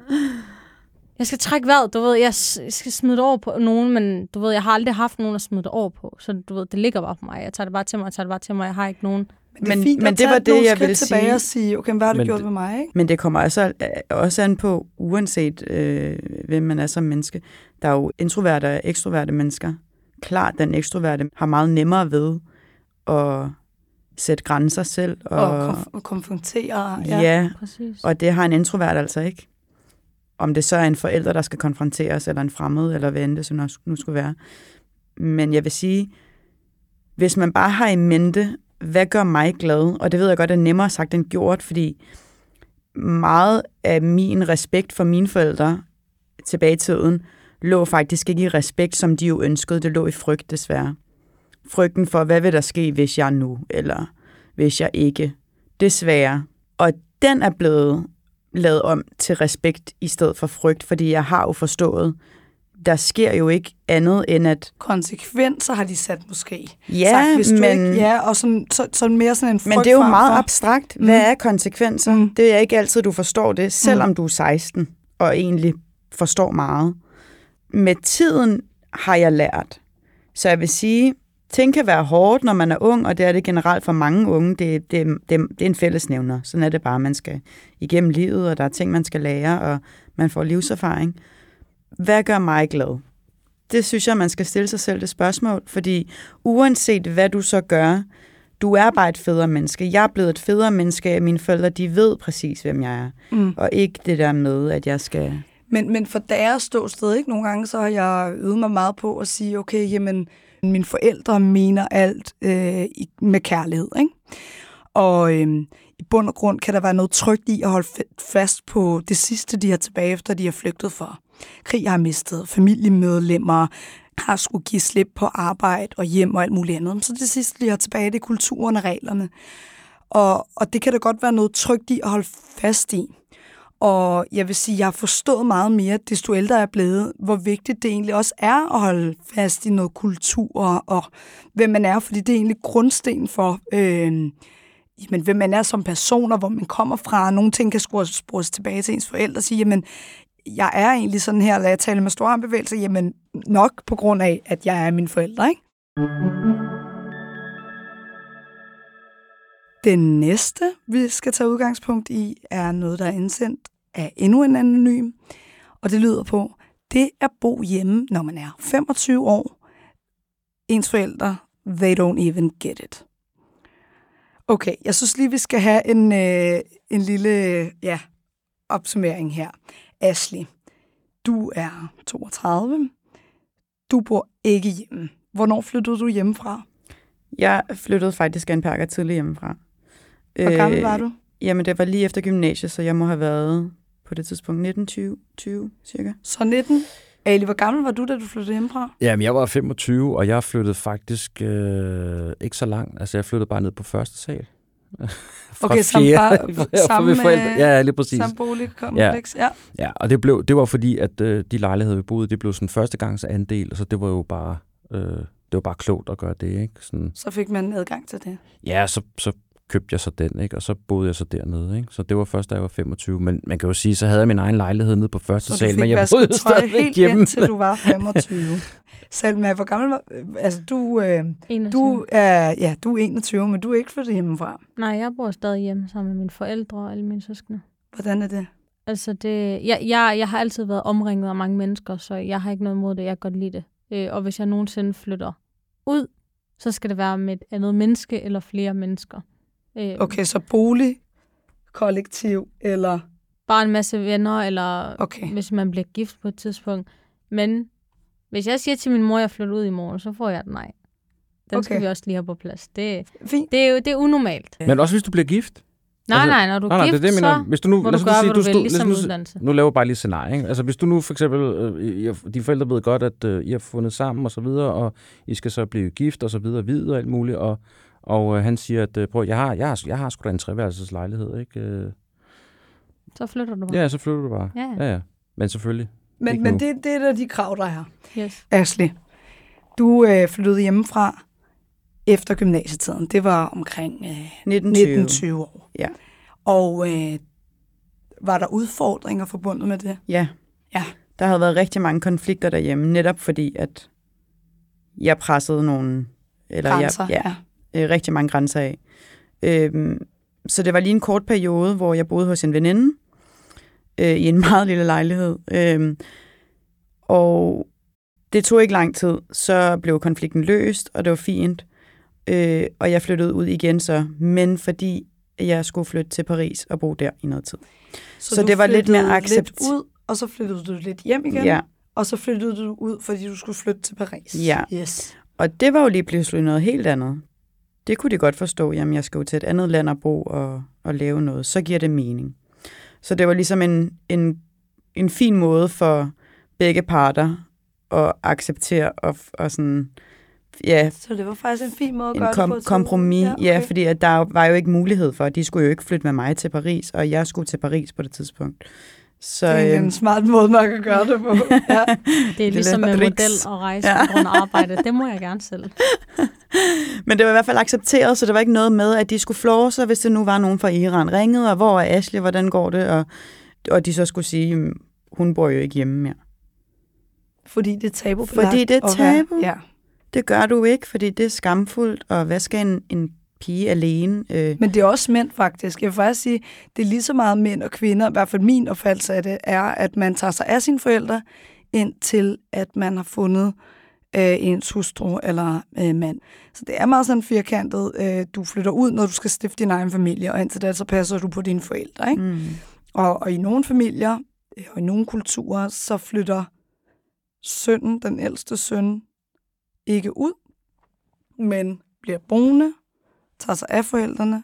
Jeg skal trække vejret, du ved, jeg skal smide det over på nogen, men du ved, jeg har aldrig haft nogen at smide det over på, så du ved, det ligger bare på mig. Jeg tager det bare til mig, jeg tager det bare til mig, jeg har ikke nogen. Men det, er fint men det var det, jeg ville sige. Og sige, okay, hvad har du men gjort med mig, ikke? Men det kommer altså også an på, uanset øh, hvem man er som menneske. Der er jo introverte og ekstroverte mennesker. Klart, den ekstroverte har meget nemmere ved at sætte grænser selv. Og, og, konf- og konfrontere. Ja, ja, præcis. Og det har en introvert altså ikke. Om det så er en forælder, der skal konfronteres, eller en fremmed, eller hvad end det så nu skulle være. Men jeg vil sige, hvis man bare har i mente, hvad gør mig glad, og det ved jeg godt er nemmere sagt end gjort, fordi meget af min respekt for mine forældre tilbage i tiden, lå faktisk ikke i respekt, som de jo ønskede. Det lå i frygt, desværre. Frygten for, hvad vil der ske, hvis jeg nu, eller hvis jeg ikke. Desværre. Og den er blevet lavet om til respekt i stedet for frygt, fordi jeg har jo forstået, der sker jo ikke andet end at... Konsekvenser har de sat måske. Ja, sagt, hvis du men... Ikke, ja, og sådan, så, så mere sådan en frygt. Men det er jo meget for. abstrakt. Hvad mm. er konsekvenser? Mm. Det er ikke altid, du forstår det, selvom mm. du er seksten, og egentlig forstår meget. Med tiden har jeg lært. Så jeg vil sige, ting kan være hårdt, når man er ung, og det er det generelt for mange unge. Det, det, det, det er en fællesnævner. Sådan er det bare, man skal igennem livet, og der er ting, man skal lære, og man får livserfaring. Hvad gør mig glad? Det synes jeg, man skal stille sig selv det spørgsmål, fordi uanset hvad du så gør, du er bare et federe menneske. Jeg er blevet et federe menneske af mine forældre. De ved præcis, hvem jeg er. Mm. Og ikke det der med, at jeg skal... Men, men for deres ståsted, ikke? Nogle gange så har jeg øvet mig meget på at sige, okay, jamen, mine forældre mener alt øh, med kærlighed, ikke? Og øh, i bund og grund kan der være noget trygt i at holde fast på det sidste, de har tilbage efter, de har flygtet for. Krig har mistet, familiemedlemmer har skulle give slip på arbejde og hjem og alt muligt andet. Så det sidste, de har tilbage, det er kulturen og reglerne. Og, og det kan da godt være noget trygt i at holde fast i. Og jeg vil sige, jeg har forstået meget mere, desto ældre jeg er blevet, hvor vigtigt det egentlig også er at holde fast i noget kultur og hvem man er, fordi det er egentlig grundsten for, øh, jamen, hvem man er som person og hvor man kommer fra. Nogle ting kan spores tilbage til ens forældre og sige, jamen, jeg er egentlig sådan her, lad jeg tale med store bevægelser, jamen nok på grund af, at jeg er mine forældre, ikke? Den næste, vi skal tage udgangspunkt i, er noget, der er indsendt af endnu en anonym. Og det lyder på, det at bo hjemme, når man er femogtyve år. Ens forældre, they don't even get it. Okay, jeg synes lige, vi skal have en, øh, en lille ja, opsummering her. Ashley, du er toogtredive. Du bor ikke hjemme. Hvornår flyttede du hjemmefra? Jeg flyttede faktisk en par tidligt hjemmefra. Hvor gammel var du? Øh, jamen, det var lige efter gymnasiet, så jeg må have været på det tidspunkt nitten tyve, tyve cirka. Så nitten. Ali, hvor gammel var du, da du flyttede hjemmefra? Jamen, jeg var femogtyve, og jeg flyttede faktisk øh, ikke så langt. Altså, jeg flyttede bare ned på første sal. Okay, sammen med forældre. Ja, lige præcis. Samme boligkompleks, ja. ja. Ja, og det, blev, det var fordi, at øh, de lejligheder, vi boede, det blev sådan førstegangs andel, så det var jo bare, øh, det var bare klogt at gøre det, ikke? Sådan, så fik man adgang til det? Ja, så, så købte jeg så den, ikke? Og så boede jeg så dernede, ikke? Så det var først, da jeg var femogtyve. Men man kan jo sige, så havde jeg min egen lejlighed nede på første så sal, men jeg boede stadigvæk helt hjemme. Indtil du var femogtyve. Selma, hvor gammel var altså du? Øh, du er ja, du er enogtyve, men du er ikke flyttet hjemmefra. Nej, jeg bor stadig hjemme sammen med mine forældre og alle mine søskende. Hvordan er det? Altså det, jeg, jeg, jeg har altid været omringet af mange mennesker, så jeg har ikke noget imod det. Jeg kan godt lide det. Øh, og hvis jeg nogensinde flytter ud, så skal det være med et andet menneske eller flere mennesker. Øh, okay, så bolig, kollektiv eller bare en masse venner, eller okay. Hvis man bliver gift på et tidspunkt. Men hvis jeg siger til min mor, at jeg flytter ud i morgen, så får jeg et nej. Den okay. skal vi også lige have på plads. Det, det, er jo det er unormalt. Men også hvis du bliver gift? Nej, altså, nej, når du er nej, gift, det, det, så hvis du nu, må du gøre, sige, hvad du, du vil, stod, ligesom nu, uddannelse. Nu laver jeg bare lige et scenarie, ikke? Altså hvis du nu for eksempel, øh, de forældre ved godt, at øh, I har fundet sammen og så videre, og I skal så blive gift og så videre, videre og alt muligt, og, og øh, han siger, at øh, prøv, jeg har, jeg har, jeg har sgu da en treværelses lejlighed, ikke? Øh, så flytter du bare. Ja, så flytter du bare. Ja, ja. ja. Men selvfølgelig. Men, men det, det er da de krav, der er. Yes. Ashley, du øh, flyttede hjemmefra efter gymnasietiden. Det var omkring øh, nitten tyve år. Ja. Og øh, var der udfordringer forbundet med det? Ja. Ja. Der havde været rigtig mange konflikter derhjemme, netop fordi, at jeg pressede nogle... Eller grænser, jeg, ja. Øh, rigtig mange grænser af. Øhm, så det var lige en kort periode, hvor jeg boede hos en veninde øh, i en meget lille lejlighed. Øhm, og det tog ikke lang tid, så blev konflikten løst, og det var fint. Øh, og jeg flyttede ud igen så, men fordi jeg skulle flytte til Paris og bo der i noget tid. Så, så det var lidt mere accept. Lidt ud, og så flyttede du lidt hjem igen, ja. Og så flyttede du ud, fordi du skulle flytte til Paris. Ja, yes. Og det var jo lige pludselig noget helt andet. Det kunne de godt forstå, jamen jeg skal jo til et andet land og bo og, og lave noget, så giver det mening. Så det var ligesom en, en, en fin måde for begge parter at acceptere og, og sådan... Ja, så det var faktisk en fin måde at en gøre kom- det på. kompromis, ja, okay. Ja, fordi at der var jo ikke mulighed for, at de skulle jo ikke flytte med mig til Paris, og jeg skulle til Paris på det tidspunkt. Så, det er en øhm, smart måde, man kan gøre det på. Ja. Det er ligesom med model og rejse ja. På grund af arbejde. Det må jeg gerne selv. Men det var i hvert fald accepteret, så det var ikke noget med, at de skulle flåre sig, hvis det nu var nogen fra Iran ringede, og hvor er Ashley, hvordan går det? Og, og de så skulle sige, hun bor jo ikke hjemme mere. Fordi det er tabu. Fordi det er tabu. Ja. Det gør du ikke, fordi det er skamfuldt, og hvad skal en, en pige alene? Øh. Men det er også mænd faktisk. Jeg vil faktisk sige, det er lige så meget mænd og kvinder, i hvert fald min opfattelse af det, er, at man tager sig af sine forældre, indtil at man har fundet øh, ens hustru eller øh, mand. Så det er meget sådan firkantet. Øh, du flytter ud, når du skal stifte din egen familie, og indtil da, så passer du på dine forældre. Ikke? Mm. Og, og i nogle familier, og i nogle kulturer, så flytter sønnen, den ældste søn, ikke ud, men bliver boende, tager sig af forældrene,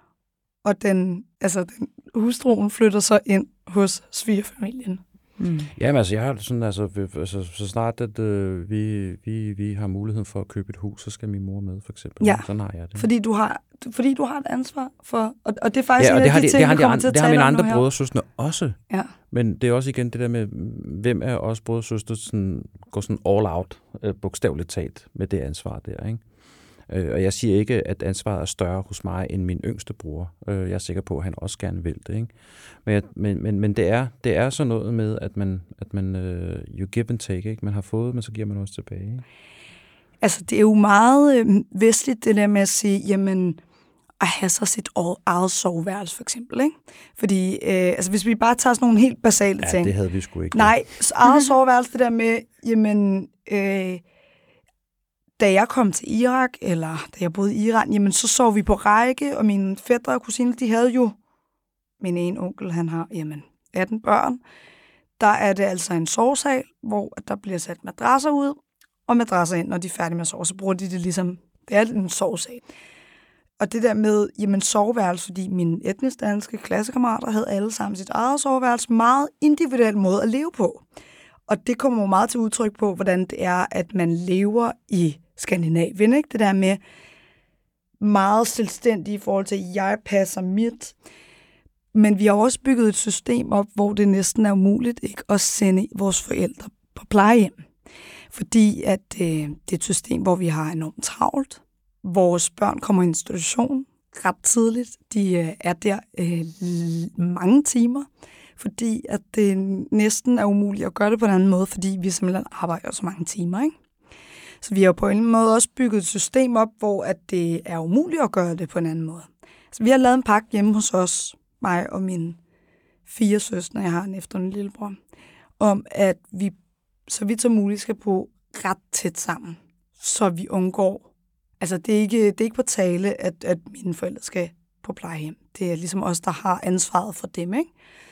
og den, altså den hustruen flytter så ind hos svigerfamilien. Mm. Jamen altså, jeg har sådan, altså, altså så snart, at øh, vi, vi, vi har muligheden for at købe et hus, så skal min mor med, for eksempel. Ja, sådan har jeg det. Fordi du har, fordi du har et ansvar for, og, og det er faktisk ja, en af de de, ting, vi kommer til at det tale har mine om andre nu her. brødre og søstre også. Ja. Men det er også igen det der med, hvem er også brødre og søstre, sådan, går sådan all out, øh, bogstaveligt talt, med det ansvar der, ikke? Øh, og jeg siger ikke, at ansvaret er større hos mig end min yngste bror. Øh, jeg er sikker på, at han også gerne vil det, ikke? Men, jeg, men, men, men det, er, det er sådan noget med, at man, at man uh, you give and take, ikke? Man har fået, men så giver man også tilbage, ikke? Altså, det er jo meget øh, vestligt, det der med at sige, jamen, at have så sit eget soveværelse, for eksempel. Ikke? Fordi øh, altså, hvis vi bare tager sådan nogle helt basale ja, ting. det havde vi sgu ikke. Nej, så eget soveværelse, det der med, jamen, øh, da jeg kom til Irak, eller da jeg boede i Iran, jamen, så sov vi på række, og mine fætre og kusiner, de havde jo, min ene onkel, han har, jamen, atten børn. Der er det altså en sovesal, hvor der bliver sat madrasser ud, og madrasser ind, når de er færdige med at sove, så bruger de det ligesom, det er en sovesal. Og det der med, jamen, soveværelse, fordi mine etnisk danske klassekammerater havde alle sammen sit eget soveværelse, meget individuel måde at leve på. Og det kommer jo meget til udtryk på, hvordan det er, at man lever i Skandinavien, ikke? Det der med meget selvstændig i forhold til, at jeg passer mit. Men vi har også bygget et system op, hvor det næsten er umuligt ikke at sende vores forældre på plejehjem. Fordi at øh, det er et system, hvor vi har enormt travlt. Vores børn kommer i institution ret tidligt. De øh, er der øh, mange timer, fordi at det næsten er umuligt at gøre det på en anden måde, fordi vi simpelthen arbejder så mange timer, ikke? Så vi har på en måde også bygget et system op, hvor at det er umuligt at gøre det på en anden måde. Så vi har lavet en pakke hjemme hos os, mig og mine fire søstre, jeg har en efter en lillebror, om at vi så vidt som muligt skal bo ret tæt sammen, så vi undgår. Altså det er ikke, det er ikke på tale, at, at mine forældre skal på plejehjem. Det er ligesom os, der har ansvaret for dem, ikke?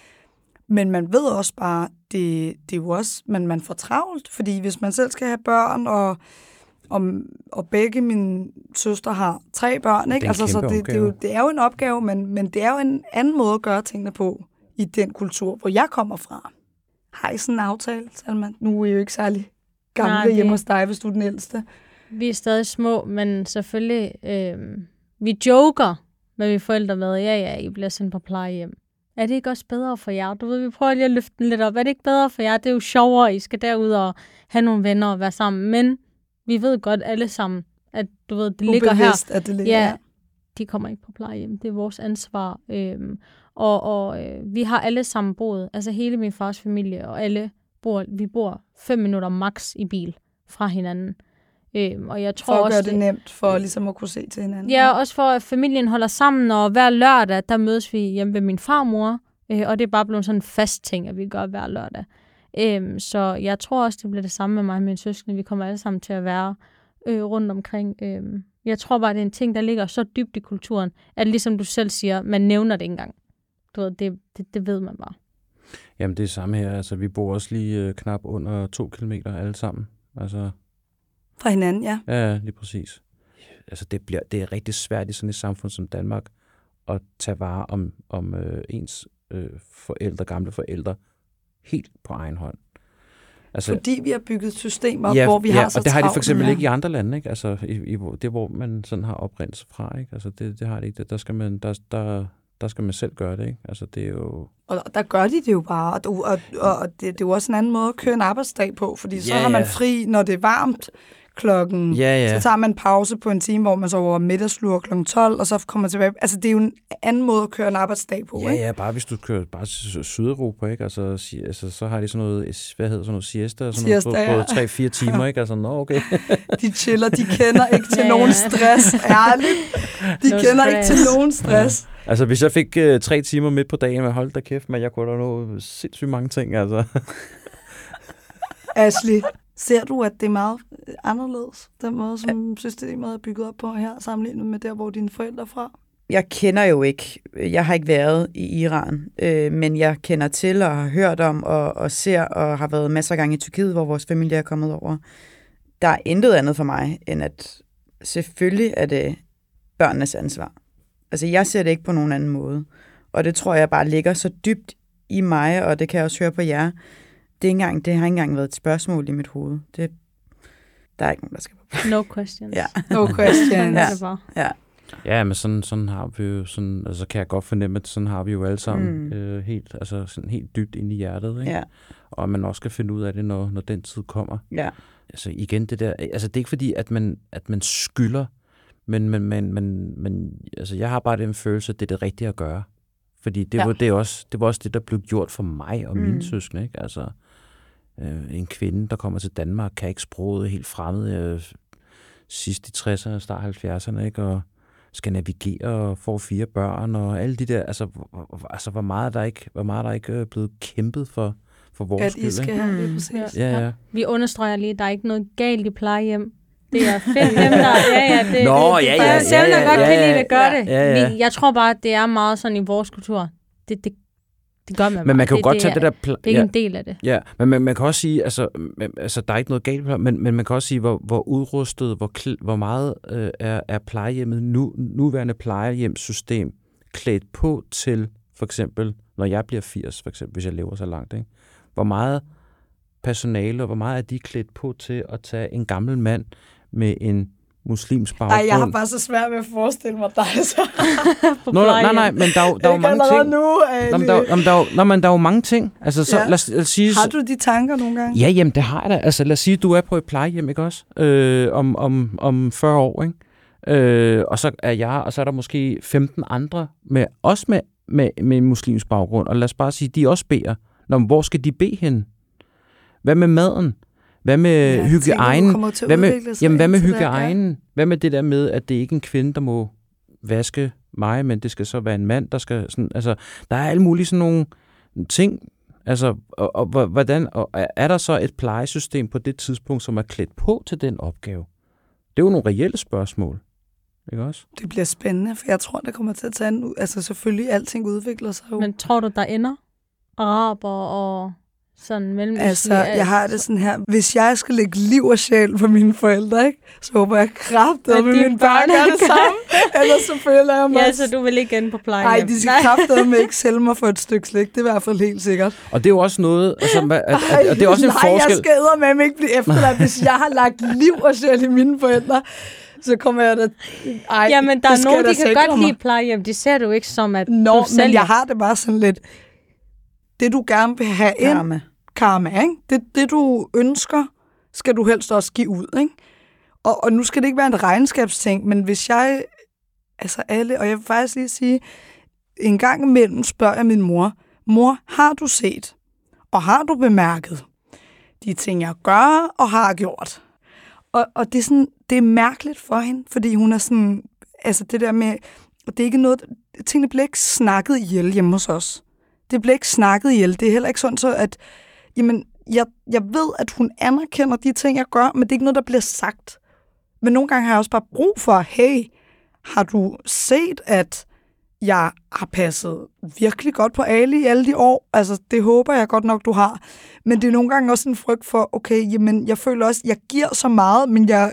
Men man ved også bare, det, det er jo også, men man får travlt, fordi hvis man selv skal have børn, og, og, og begge mine søstre har tre børn, ikke? Altså, så det, det, er jo, det er jo en opgave, men, men det er jo en anden måde at gøre tingene på i den kultur, hvor jeg kommer fra. Har I sådan en aftale, Salma? Nu er I jo ikke særlig gamle Nej, det... hjemme hos dig, hvis du er den ældste. Vi er stadig små, men selvfølgelig, øh, vi joker med mine forældre med, ja, ja, I bliver sendt på plejehjem. Er det ikke også bedre for jer? Du ved, vi prøver lige at løfte den lidt op. Er det ikke bedre for jer? Det er jo sjovere, I skal derud og have nogle venner og være sammen. Men vi ved godt alle sammen, at du ved, det Ubevidst, ligger her. At det ligger ja, her. De kommer ikke på plejehjem. Det er vores ansvar. Øhm, og og øh, vi har alle sammen boet, altså hele min fars familie, og alle bor, vi bor fem minutter max i bil fra hinanden. Øhm, og jeg tror for at også, gøre det nemt, for ligesom at kunne se til hinanden. Ja, også for at familien holder sammen, og hver lørdag, der mødes vi hjemme ved min farmor, øh, og det er bare blevet sådan en fast ting, at vi gør hver lørdag. Øhm, så jeg tror også, det bliver det samme med mig og mine søskende. Vi kommer alle sammen til at være øh, rundt omkring. Øhm, jeg tror bare, det er en ting, der ligger så dybt i kulturen, at ligesom du selv siger, man nævner det ikke engang. Du ved, det, det, det ved man bare. Jamen, det er samme her. Altså, vi bor også lige øh, knap under to kilometer alle sammen. Altså... Fra hinanden, ja. Ja, lige præcis. Altså, det, bliver, det er rigtig svært i sådan et samfund som Danmark at tage vare om, om øh, ens øh, forældre, gamle forældre, helt på egen hånd. Altså, fordi vi har bygget et system op, ja, hvor vi ja, har så og det har de for eksempel ja. ikke i andre lande, ikke? Altså, i, i, det hvor man sådan har oprindelse fra, ikke? Altså, det, det har de ikke. Der skal man, der, der, der skal man selv gøre det, ikke? Altså, det er jo... Og der gør de det jo bare, og, og, og det, det er jo også en anden måde at køre en arbejdsdag på, fordi så ja, har man ja. fri, når det er varmt klokken, ja, ja. så tager man pause på en time, hvor man sover middagslur klokken tolv, og så kommer tilbage. Altså, det er jo en anden måde at køre en arbejdsdag på, ja, ikke? Ja, bare hvis du kører bare til Sydeuropa, ikke? Altså, si, altså, så har de sådan noget, hvad hedder sådan noget, siesta, sådan siesta, noget på, ja. på tre fire timer, ikke? Altså, nå, okay. De chiller, de kender ikke til ja, nogen ja. stress, ærligt. De no kender stress. ikke til nogen stress. Ja. Altså, hvis jeg fik uh, tre timer midt på dagen, men hold da kæft, men jeg kunne da nå sindssygt mange ting, altså. Ashley, ser du, at det er meget anderledes, den måde, som systemet er bygget op på her, sammenlignet med der, hvor dine forældre er fra? Jeg kender jo ikke, jeg har ikke været i Iran, øh, men jeg kender til og har hørt om og, og ser og har været masser af gange i Tyrkiet, hvor vores familie er kommet over. Der er intet andet for mig, end at selvfølgelig er det børnenes ansvar. Altså, jeg ser det ikke på nogen anden måde. Og det tror jeg bare ligger så dybt i mig, og det kan jeg også høre på jer. Det, er engang, det har ikke engang været et spørgsmål i mit hoved. Det, der er ikke nogen, der skal på plads. No questions. Ja. No questions. ja. ja. Ja, men sådan, sådan har vi jo, sådan, altså kan jeg godt fornemme, at sådan har vi jo alle sammen mm. øh, helt, altså sådan helt dybt inde i hjertet, ikke? Ja. Og man også skal finde ud af det, når, når den tid kommer. Ja. Altså igen, det der, altså det er ikke fordi, at man, at man skylder, men, men, men, men, men altså jeg har bare den følelse, at det er det rigtige at gøre. Fordi det, ja. var, det, også, det var også det, der blev gjort for mig og mine mm. søskende, ikke? Altså øh, en kvinde, der kommer til Danmark, kan ikke sproget, helt fremmed, øh, sidst i tresserne, start halvfjerdserne, ikke? Og skal navigere og får fire børn og alle de der, altså, altså hvor meget der ikke, hvor meget der ikke er blevet kæmpet for, for vores at skyld. I skal have det, præcis. Ja, ja. Vi understreger lige, at der er ikke noget galt i plejehjem. Det er fedt, dem der, ja, ja, det, Nå, det, ja, for ja, jeg selv ja, ja, ja, godt ja, kan ja, lide at gøre ja, det. ja, ja. Vi, jeg tror bare, at det er meget sådan i vores kultur. Det, det, det gør man Men man kan jo det, godt det tage er, det der... Pl- det er ikke ja. en del af det. Ja, men man, man kan også sige, altså, man, altså der er ikke noget galt, men, men man kan også sige, hvor, hvor udrustet, hvor, kl- hvor meget øh, er, er plejehjemmet, nu, nuværende plejehjemssystem klædt på til, for eksempel, når jeg bliver firs, for eksempel, hvis jeg lever så langt, ikke? Hvor meget personale, og hvor meget er de klædt på til at tage en gammel mand med en muslimsk baggrund? Ej, jeg har bare så svært ved at forestille mig dig så. Nå, nej, nej, men der er jo, der er jo mange ting. Nu, Nå, men der, er- nå, men der, er jo- nå, men der er jo mange ting. Altså, så, Ja. lad, os, lad os sige... Har du de tanker nogle gange? Ja, jamen, det har jeg da. Altså, lad os sige, at du er på et plejehjem, ikke også? Øh, om, om, om fyrre år, ikke? Øh, og så er jeg, og så er der måske femten andre, med, også med, med, med en muslimsk baggrund. Og lad os bare sige, de også beder. Nå, men hvor skal de bede henne? Hvad med maden? Hvad med Ja, hygiejnen? tænker, du til at Hvad med, udvikle sig jamen, hvad med indtil da, ja. hygiejnen? Hvad med det der med, at det ikke er en kvinde, der må vaske mig, men det skal så være en mand, der skal sådan... Altså, der er alle mulige sådan nogle ting. Altså, og, og, og hvordan... Og er der så et plejesystem på det tidspunkt, som er klædt på til den opgave? Det er jo nogle reelle spørgsmål. Ikke også? Det bliver spændende, for jeg tror, det kommer til at tage en... Altså selvfølgelig, alting udvikler sig jo. Men tror du, der ender araber og sådan mellem? Altså, jeg har det sådan her. Hvis jeg skal lægge liv og sjæl på mine forældre, ikke, så håber jeg kraftigt, at dine mine børn gør det samme. Ellers så føler jeg mig... Ja, så du vil ikke ende på plejehjem? Nej, de skal kraftedeme ikke sælge mig for et stykke slik. Det er i hvert fald helt sikkert. Og det er jo også noget... Altså, at, at, at, at det er også en nej, forskel... jeg skal eddermame ikke blive efterladt, hvis jeg har lagt liv og sjæl i mine forældre. Så kommer jeg da... Ej, Jamen, der er nogen, de kan godt mig. lide plejehjem. De ser du ikke som, at Nå, du selv... men jeg har det bare sådan lidt... Det, du gerne vil have ind... Karma. Karma, ikke? Det, det, du ønsker, skal du helst også give ud, ikke? Og, og nu skal det ikke være en regnskabsting, men hvis jeg... Altså alle... Og jeg vil faktisk lige sige... En gang imellem spørger jeg min mor, mor, har du set, og har du bemærket de ting, jeg gør og har gjort? Og, og det, er sådan, det er mærkeligt for hende, fordi hun er sådan... Altså det der med... Det er ikke noget... Tingene bliver ikke snakket ihjel hjemme hos os. Det bliver ikke snakket ihjel. Det er heller ikke sådan så, at... Jamen, jeg, jeg ved, at hun anerkender de ting, jeg gør, men det er ikke noget, der bliver sagt. Men nogle gange har jeg også bare brug for, hey, har du set, at jeg har passet virkelig godt på Ali i alle de år? Altså, det håber jeg godt nok, du har. Men det er nogle gange også en frygt for, okay, jamen, jeg føler også, jeg giver så meget, men jeg,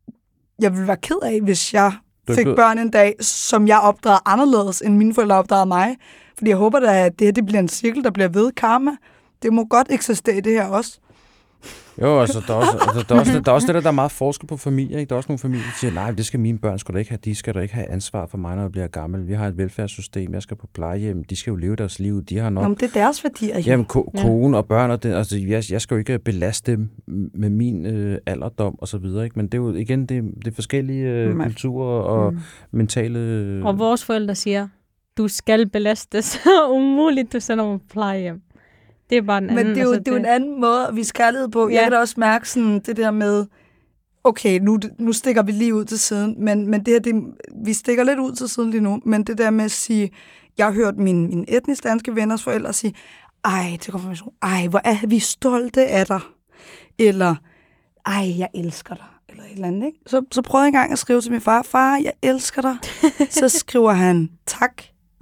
jeg vil være ked af, hvis jeg fik børn en dag, som jeg opdrager anderledes, end mine forældre opdragede mig. Fordi jeg håber da, at det her det bliver en cirkel, der bliver ved karma. Det må godt eksistere i det her også. Jo, altså, der er også, altså, der er også, der er også det der, der er meget forskel på familier. Ikke? Der er også nogle familier, der siger, nej, det skal mine børn sgu da ikke have. De skal da ikke have ansvar for mig, når jeg bliver gammel. Vi har et velfærdssystem. Jeg skal på plejehjem. De skal jo leve deres liv. De har nok... Nå, men det er deres værdier. Jamen, ko- kone og børn, og det, altså, jeg, jeg skal jo ikke belaste dem med min øh, alderdom og så videre. Ikke? Men det er jo igen, det, det er forskellige øh, Mm. kulturer og mm. mentale... Øh... Og vores forældre siger, du skal belastes. Umuligt, du sender mig på plejehjem. Det er bare den anden. Men det er jo, altså, det er jo en anden måde, vi skal på. Ja. Jeg kan da også mærke sådan, det der med, okay, nu, nu stikker vi lige ud til siden, men, men det her, det, vi stikker lidt ud til siden lige nu, men det der med at sige, jeg har hørt mine, mine etnisk danske venners forældre sige, ej, til konfirmation, ej, hvor er vi stolte af dig, eller, ej, jeg elsker dig, eller et eller andet, ikke? Så, så prøvede jeg engang at skrive til min far, far, jeg elsker dig. Så skriver han, tak.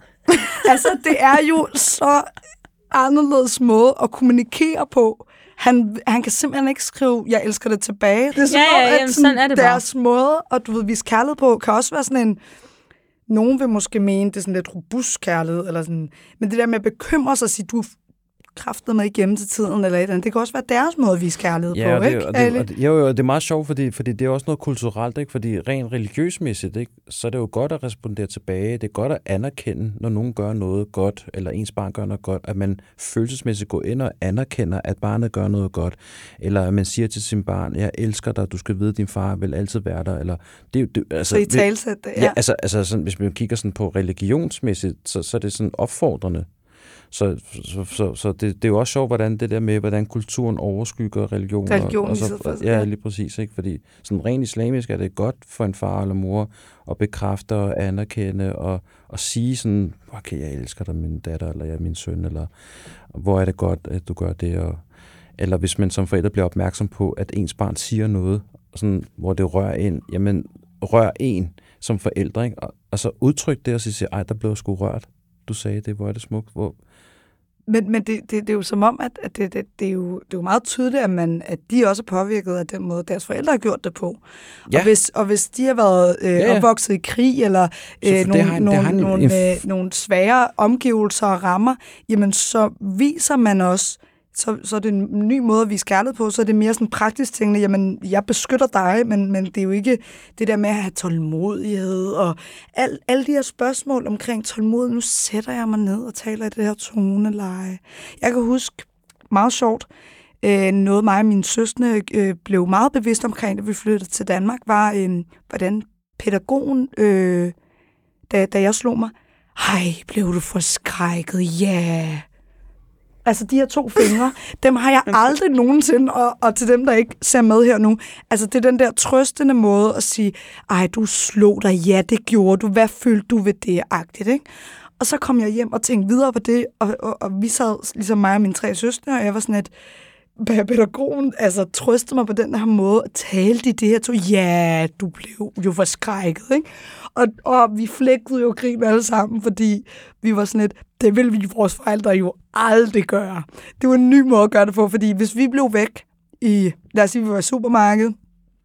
Altså, det er jo så anderledes måde at kommunikere på. Han, han kan simpelthen ikke skrive, jeg elsker det tilbage. Det er som Ja, ja, om, jamen, at sådan, sådan er det bare. deres måde, og du ved, vise kærlighed på, kan også være sådan en, nogen vil måske mene, det er sådan lidt robust kærlighed, eller sådan, men det der med at bekymre sig og sige, du kraftede mig ikke hjemme til tiden, eller et eller andet, det kan også være deres måde at vise kærlighed Ja, på, og det, ikke? og det, og det, jo, jo, det er meget sjovt, fordi, fordi det er også noget kulturelt, ikke? Fordi rent religiøsmæssigt, ikke? Så er det jo godt at respondere tilbage. Det er godt at anerkende, når nogen gør noget godt, eller ens barn gør noget godt, at man følelsesmæssigt går ind og anerkender, at barnet gør noget godt, eller at man siger til sin barn, jeg elsker dig, du skal vide, at din far vil altid være der, eller det, det altså, Så i talsæt det, ja. ja altså, altså sådan, hvis man kigger sådan på religionsmæssigt, så, så er det sådan opfordrende. Så, så, så, så det, det er jo også sjovt, hvordan det der med, hvordan kulturen overskygger religion. Religion, og så, for, ja, lige præcis, ikke? Fordi sådan rent islamisk er det godt for en far eller mor at bekræfte og anerkende og, og sige sådan, okay, jeg elsker dig, min datter, eller jeg er min søn, eller hvor er det godt, at du gør det, og eller hvis man som forælder bliver opmærksom på, at ens barn siger noget, sådan, hvor det rører ind, jamen rør en som forældre, ikke? Og, og så udtryk det, og så siger, ej, der blev sgu rørt. Du sagde det, hvor er det smukt. Hvor... Men, men det, det, det er jo som om, at, at det, det, det, er jo, det er jo meget tydeligt, at, man, at de også er påvirket af den måde, deres forældre har gjort det på. Ja. Og, hvis, og hvis de har været øh, ja, ja. opvokset i krig, eller øh, nogle, han, nogle, en, nogle, en... øh, nogle svære omgivelser og rammer, jamen så viser man også, Så, så er det en ny måde at vise kærlighed på, så er det mere sådan praktisk tingene, jamen, jeg beskytter dig, men, men det er jo ikke det der med at have tålmodighed, og al, alle de her spørgsmål omkring tålmodighed. Nu sætter jeg mig ned og taler i det her toneleje. Jeg kan huske, meget sjovt, øh, noget mig og mine søstre øh, blev meget bevidst omkring, da vi flyttede til Danmark, var, øh, hvordan pædagogen, øh, da, da jeg slog mig, hej, blev du forskrækket? Ja... Yeah. Altså, de her to fingre, dem har jeg aldrig nogensinde, og, og til dem, der ikke ser med her nu, altså, det er den der trøstende måde at sige, ej, du slog dig, ja, det gjorde du, hvad følte du ved det, agtigt, ikke? Og så kom jeg hjem og tænkte videre på det, og, og, og vi sad, ligesom mig og mine tre søstre, og jeg var sådan et, pædagogen, altså, trøstede mig på den her måde, og talte i det her to, ja, du blev jo forskrækket, ikke? Og, og vi flækkede jo grin alle sammen, fordi vi var sådan lidt, det ville vi vores forældre jo aldrig gøre. Det var en ny måde at gøre det på, fordi hvis vi blev væk i, lad os sige, vi var i supermarkedet,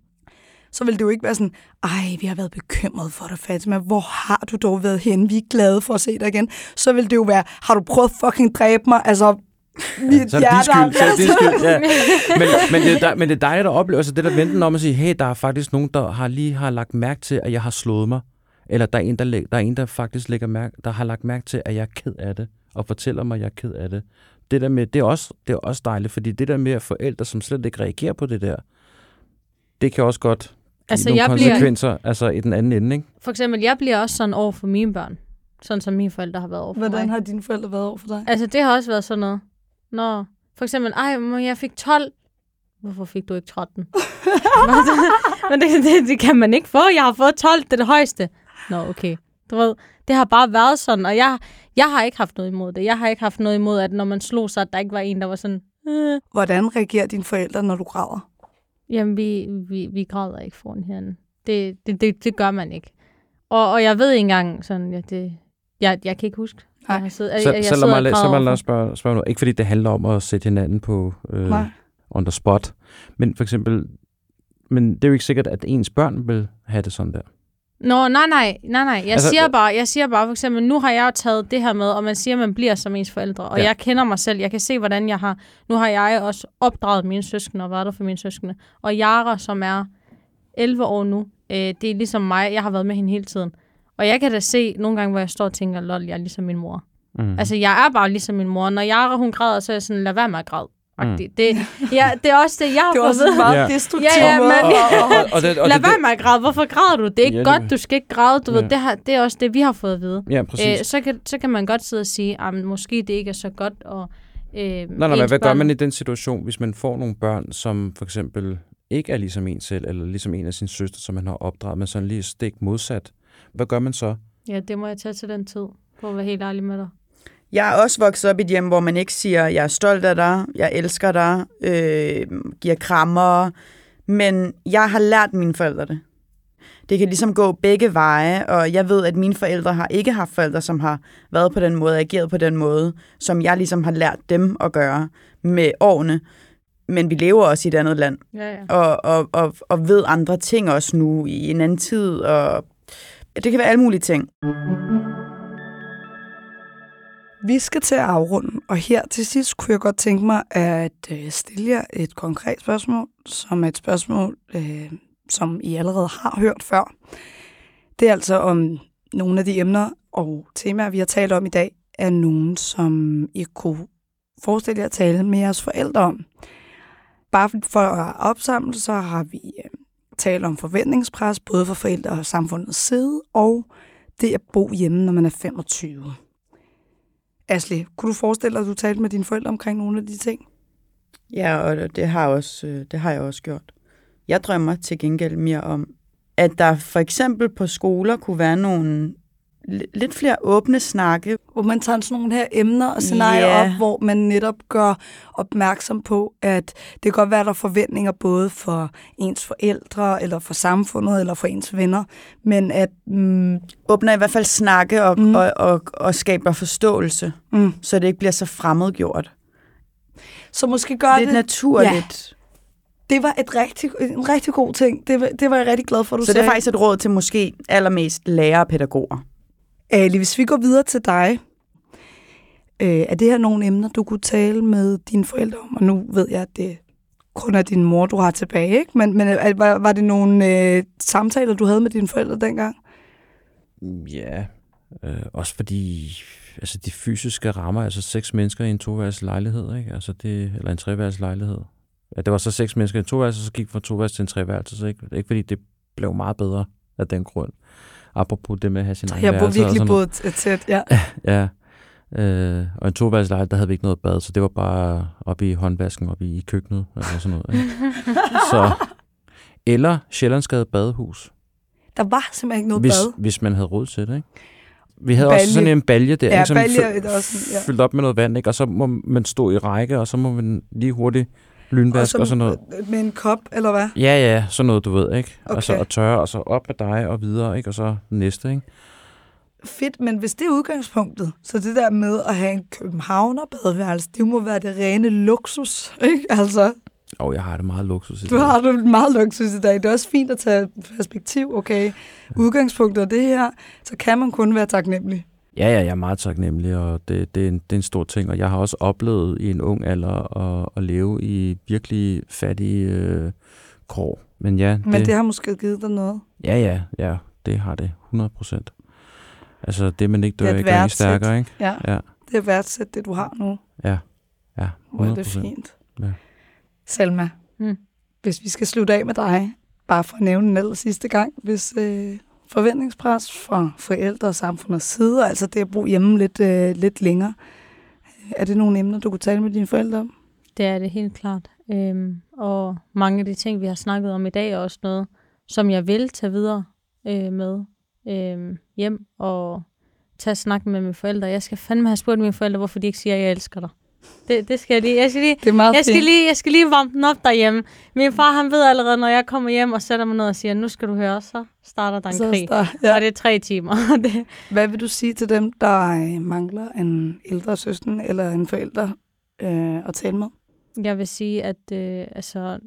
så ville det jo ikke være sådan, ej, vi har været bekymret for dig, Fatima, hvor har du dog været henne? Vi er glade for at se dig igen. Så ville det jo være, har du prøvet at fucking dræbe mig? Altså, ja, så er det de skyld, så er det de skyld, ja. Men, men, det er, men det er dig, der oplever, altså det der venten om at sige, hey, der er faktisk nogen, der har lige har lagt mærke til, at jeg har slået mig. Eller der er en, der, der, er en, der faktisk lægger mærke, der har lagt mærke til, at jeg er ked af det, og fortæller mig, at jeg er ked af det. Det der med, det er også, det er også dejligt, fordi det der med at forældre, som slet ikke reagerer på det der, det kan også godt altså, nogle konsekvenser bliver... altså i den anden ende, ikke? For eksempel, jeg bliver også sådan over for mine børn, sådan som mine forældre har været over for Hvordan mig. Hvordan har dine forældre været over for dig? Altså, det har også været sådan noget. Nå, for eksempel, ej, men jeg fik tolv. Hvorfor fik du ikke tretten? Men det, det, det kan man ikke få. Jeg har fået tolv, det er det højeste. Nå, okay. Du ved, det har bare været sådan, og jeg, jeg har ikke haft noget imod det. Jeg har ikke haft noget imod, at når man slog sig, at der ikke var en, der var sådan... Øh. Hvordan reagerer dine forældre, når du græder? Jamen, vi, vi, vi græder ikke foran hinanden. Det, det, det, det gør man ikke. Og, og jeg ved ikke engang sådan, ja, det... Jeg, jeg kan ikke huske. Jeg har siddet, så, jeg, jeg så, lad mig, så lad mig spørge, spørge noget. Ikke fordi det handler om at sætte hinanden på øh, on the spot. Men for eksempel... Men det er jo ikke sikkert, at ens børn vil have det sådan der. Nå, nej, nej, nej, nej. Jeg, altså, siger bare, jeg siger bare, for eksempel, nu har jeg jo taget det her med, og man siger, at man bliver som ens forældre. Og ja. Jeg kender mig selv. Jeg kan se, hvordan jeg har... Nu har jeg også opdraget mine søskende og været der for mine søskende. Og Yara, som er elleve år nu, øh, det er ligesom mig. Jeg har været med hende hele tiden. Og jeg kan da se nogle gange, hvor jeg står og tænker, lol, jeg er ligesom min mor. Mm. Altså, jeg er bare ligesom min mor. Når Yara, hun græder, så er jeg sådan, lad være med at græde. Mm. Det, ja, det er også det, jeg har fået. Det er også en meget destruktiv ja, ja, måde. Men, og, og det, og lad det, være med at græde. Hvorfor græder du? Det er ikke ja, godt, du skal ikke græde. Du ja. ved, det, har, det er også det, vi har fået at vide. Ja, præcis. Æ, så, kan, så kan man godt sidde og sige, at måske det ikke er så godt. Og, øh, nej, nej, men hvad gør man i den situation, hvis man får nogle børn, som for eksempel ikke er ligesom en selv, eller ligesom en af sine søstre, som man har opdraget, men sådan lige stik modsat? Hvad gør man så? Ja, det må jeg tage til den tid, for at være helt ærlig med dig. Jeg er også vokset op i et hjem, hvor man ikke siger, jeg er stolt af dig, jeg elsker dig, øh, giver krammer, men jeg har lært mine forældre det. Det kan ligesom gå begge veje, og jeg ved, at mine forældre har ikke haft forældre, som har været på den måde, ageret på den måde, som jeg ligesom har lært dem at gøre med årene. Men vi lever også i et andet land, ja, ja. Og, og, og, og ved andre ting også nu i en anden tid, og det kan være alle mulige ting. Vi skal til at afrunde, og her til sidst kunne jeg godt tænke mig at stille jer et konkret spørgsmål, som er et spørgsmål, øh, som I allerede har hørt før. Det er altså om nogle af de emner og temaer, vi har talt om i dag, er nogen, som I kunne forestille jer at tale med jeres forældre om. Bare for at opsamle, så har vi øh, talt om forventningspres, både for forældre og samfundets side, og det at bo hjemme, når man er femogtyve. Ashley, kunne du forestille dig, at du talte med dine forældre omkring nogle af de ting? Ja, og det har, også, det har jeg også gjort. Jeg drømmer til gengæld mere om, at der for eksempel på skoler kunne være nogle lidt flere åbne snakke. Hvor man tager sådan nogle her emner og scenarier Yeah. op, hvor man netop gør opmærksom på, at det kan godt være, der er forventninger både for ens forældre, eller for samfundet, eller for ens venner, men at... Mm, Åbner i hvert fald snakke og, Mm. og, og, og skaber forståelse, mm, så det ikke bliver så fremmedgjort. så måske gør Lidt det... naturligt. Det var et rigtig, en rigtig god ting. Det var, det var jeg rigtig glad for, du Så sagde. det er faktisk et råd til måske allermest lærere og pædagoger. Ali, hvis vi går videre til dig, øh, er det her nogle emner, du kunne tale med dine forældre om? Og nu ved jeg, at det kun er din mor, du har tilbage, ikke? Men, men var, var det nogle øh, samtaler, du havde med dine forældre dengang? Ja, øh, også fordi altså de fysiske rammer, altså seks mennesker i en toværelses lejlighed, ikke? Altså det, eller en treværelses lejlighed. Ja, det var så seks mennesker i en toværelse, så gik vi fra toværelse til en treværelse, så ikke, ikke fordi det blev meget bedre af den grund. Apropos det med at have sin egen Jeg bor værelse og virkelig sådan noget. både tæt, ja. Ja, øh, og en toværelses lejlighed, der havde vi ikke noget bad, så det var bare oppe i håndvasken, oppe i køkkenet, eller sådan noget. Ikke? Så, eller Sjællandsgade badehus. Der var simpelthen ikke noget hvis, bad. hvis man havde råd til det, ikke? Vi havde Balje. også sådan en balje der, Ja, ikke, som balje fyld, er også sådan, ja. fyldt op med noget vand, ikke? Og så må man stå i række, og så må man lige hurtigt lynvask og, og sådan noget. Med en kop, eller hvad? Ja, ja, sådan noget, du ved, ikke? Okay. Og så og tørre, og så op med dig og videre, ikke? Og så næste, ikke? Fedt, men hvis det er udgangspunktet, så det der med at have en københavnerbadeværelse, det må være det rene luksus, ikke? Altså, Og jeg har det meget luksus i du dag. har det meget luksus i dag. Det er også fint at tage perspektiv, okay? Udgangspunktet af det her, så kan man kun være taknemmelig. Ja, ja, jeg er meget taknemmelig, og det, det, er en, det er en stor ting. Og jeg har også oplevet i en ung alder at, at leve i virkelig fattige øh, kår. Men ja, Men det, det har måske givet dig noget. ja, ja, ja, det har det. hundrede procent. Altså, det man ikke Det er dør, et ikke gør en værdsæt. stærkere, ikke? Ja, Ja, det er værdsæt, det du har nu. ja, ja, Hvor er hundrede det procent. fint. Ja. Salma, Mm. hvis vi skal slutte af med dig, bare for at nævne den aller sidste gang, hvis øh, forventningspres fra forældre og samfundets side, altså det at bo hjemme lidt, øh, lidt længere, er det nogle emner, du kunne tale med dine forældre om? Det er det helt klart. Øhm, og mange af de ting, vi har snakket om i dag, er også noget, som jeg vil tage videre øh, med øh, hjem og tage snakken med mine forældre. Jeg skal fandme have spurgt mine forældre, hvorfor de ikke siger, at jeg elsker dig. Det, det skal jeg lige. Jeg skal lige, Det er meget jeg skal fint. lige, jeg skal lige varme den op derhjemme. Min far, han ved allerede, når jeg kommer hjem og sætter mig ned og siger, nu skal du høre, så starter der en Så krig. der, Ja. ja. Og det er tre timer. det, Hvad vil du sige til dem, der øh, mangler en ældre søster eller en forælder øh, at tale med? Jeg vil sige, at øh, altså,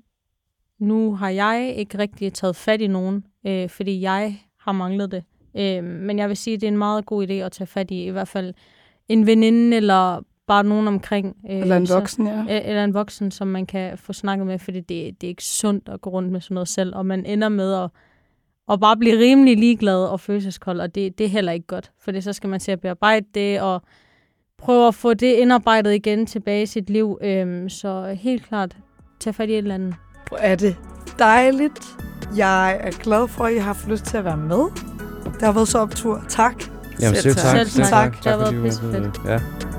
nu har jeg ikke rigtig taget fat i nogen, øh, fordi jeg har manglet det. Øh, men jeg vil sige, at det er en meget god idé at tage fat i, i hvert fald en veninde eller bare nogen omkring. Øh, Eller en så- voksen, ja. øh, Eller en voksen, som man kan få snakket med, fordi det, det er ikke sundt at gå rundt med sådan noget selv, og man ender med at, at bare blive rimelig ligeglad og følelseskold, og det, det er heller ikke godt, for så skal man til at bearbejde det, og prøve at få det indarbejdet igen tilbage i sit liv. Øhm, så helt klart, tag fat i et eller andet. Hvor er det dejligt. Jeg er glad for, at I har haft lyst til at være med. Det har været så optur. Tak. Jamen, selv tak. Selv tak. tak. Det har tak været fordi du pissefedt. ville- Ja.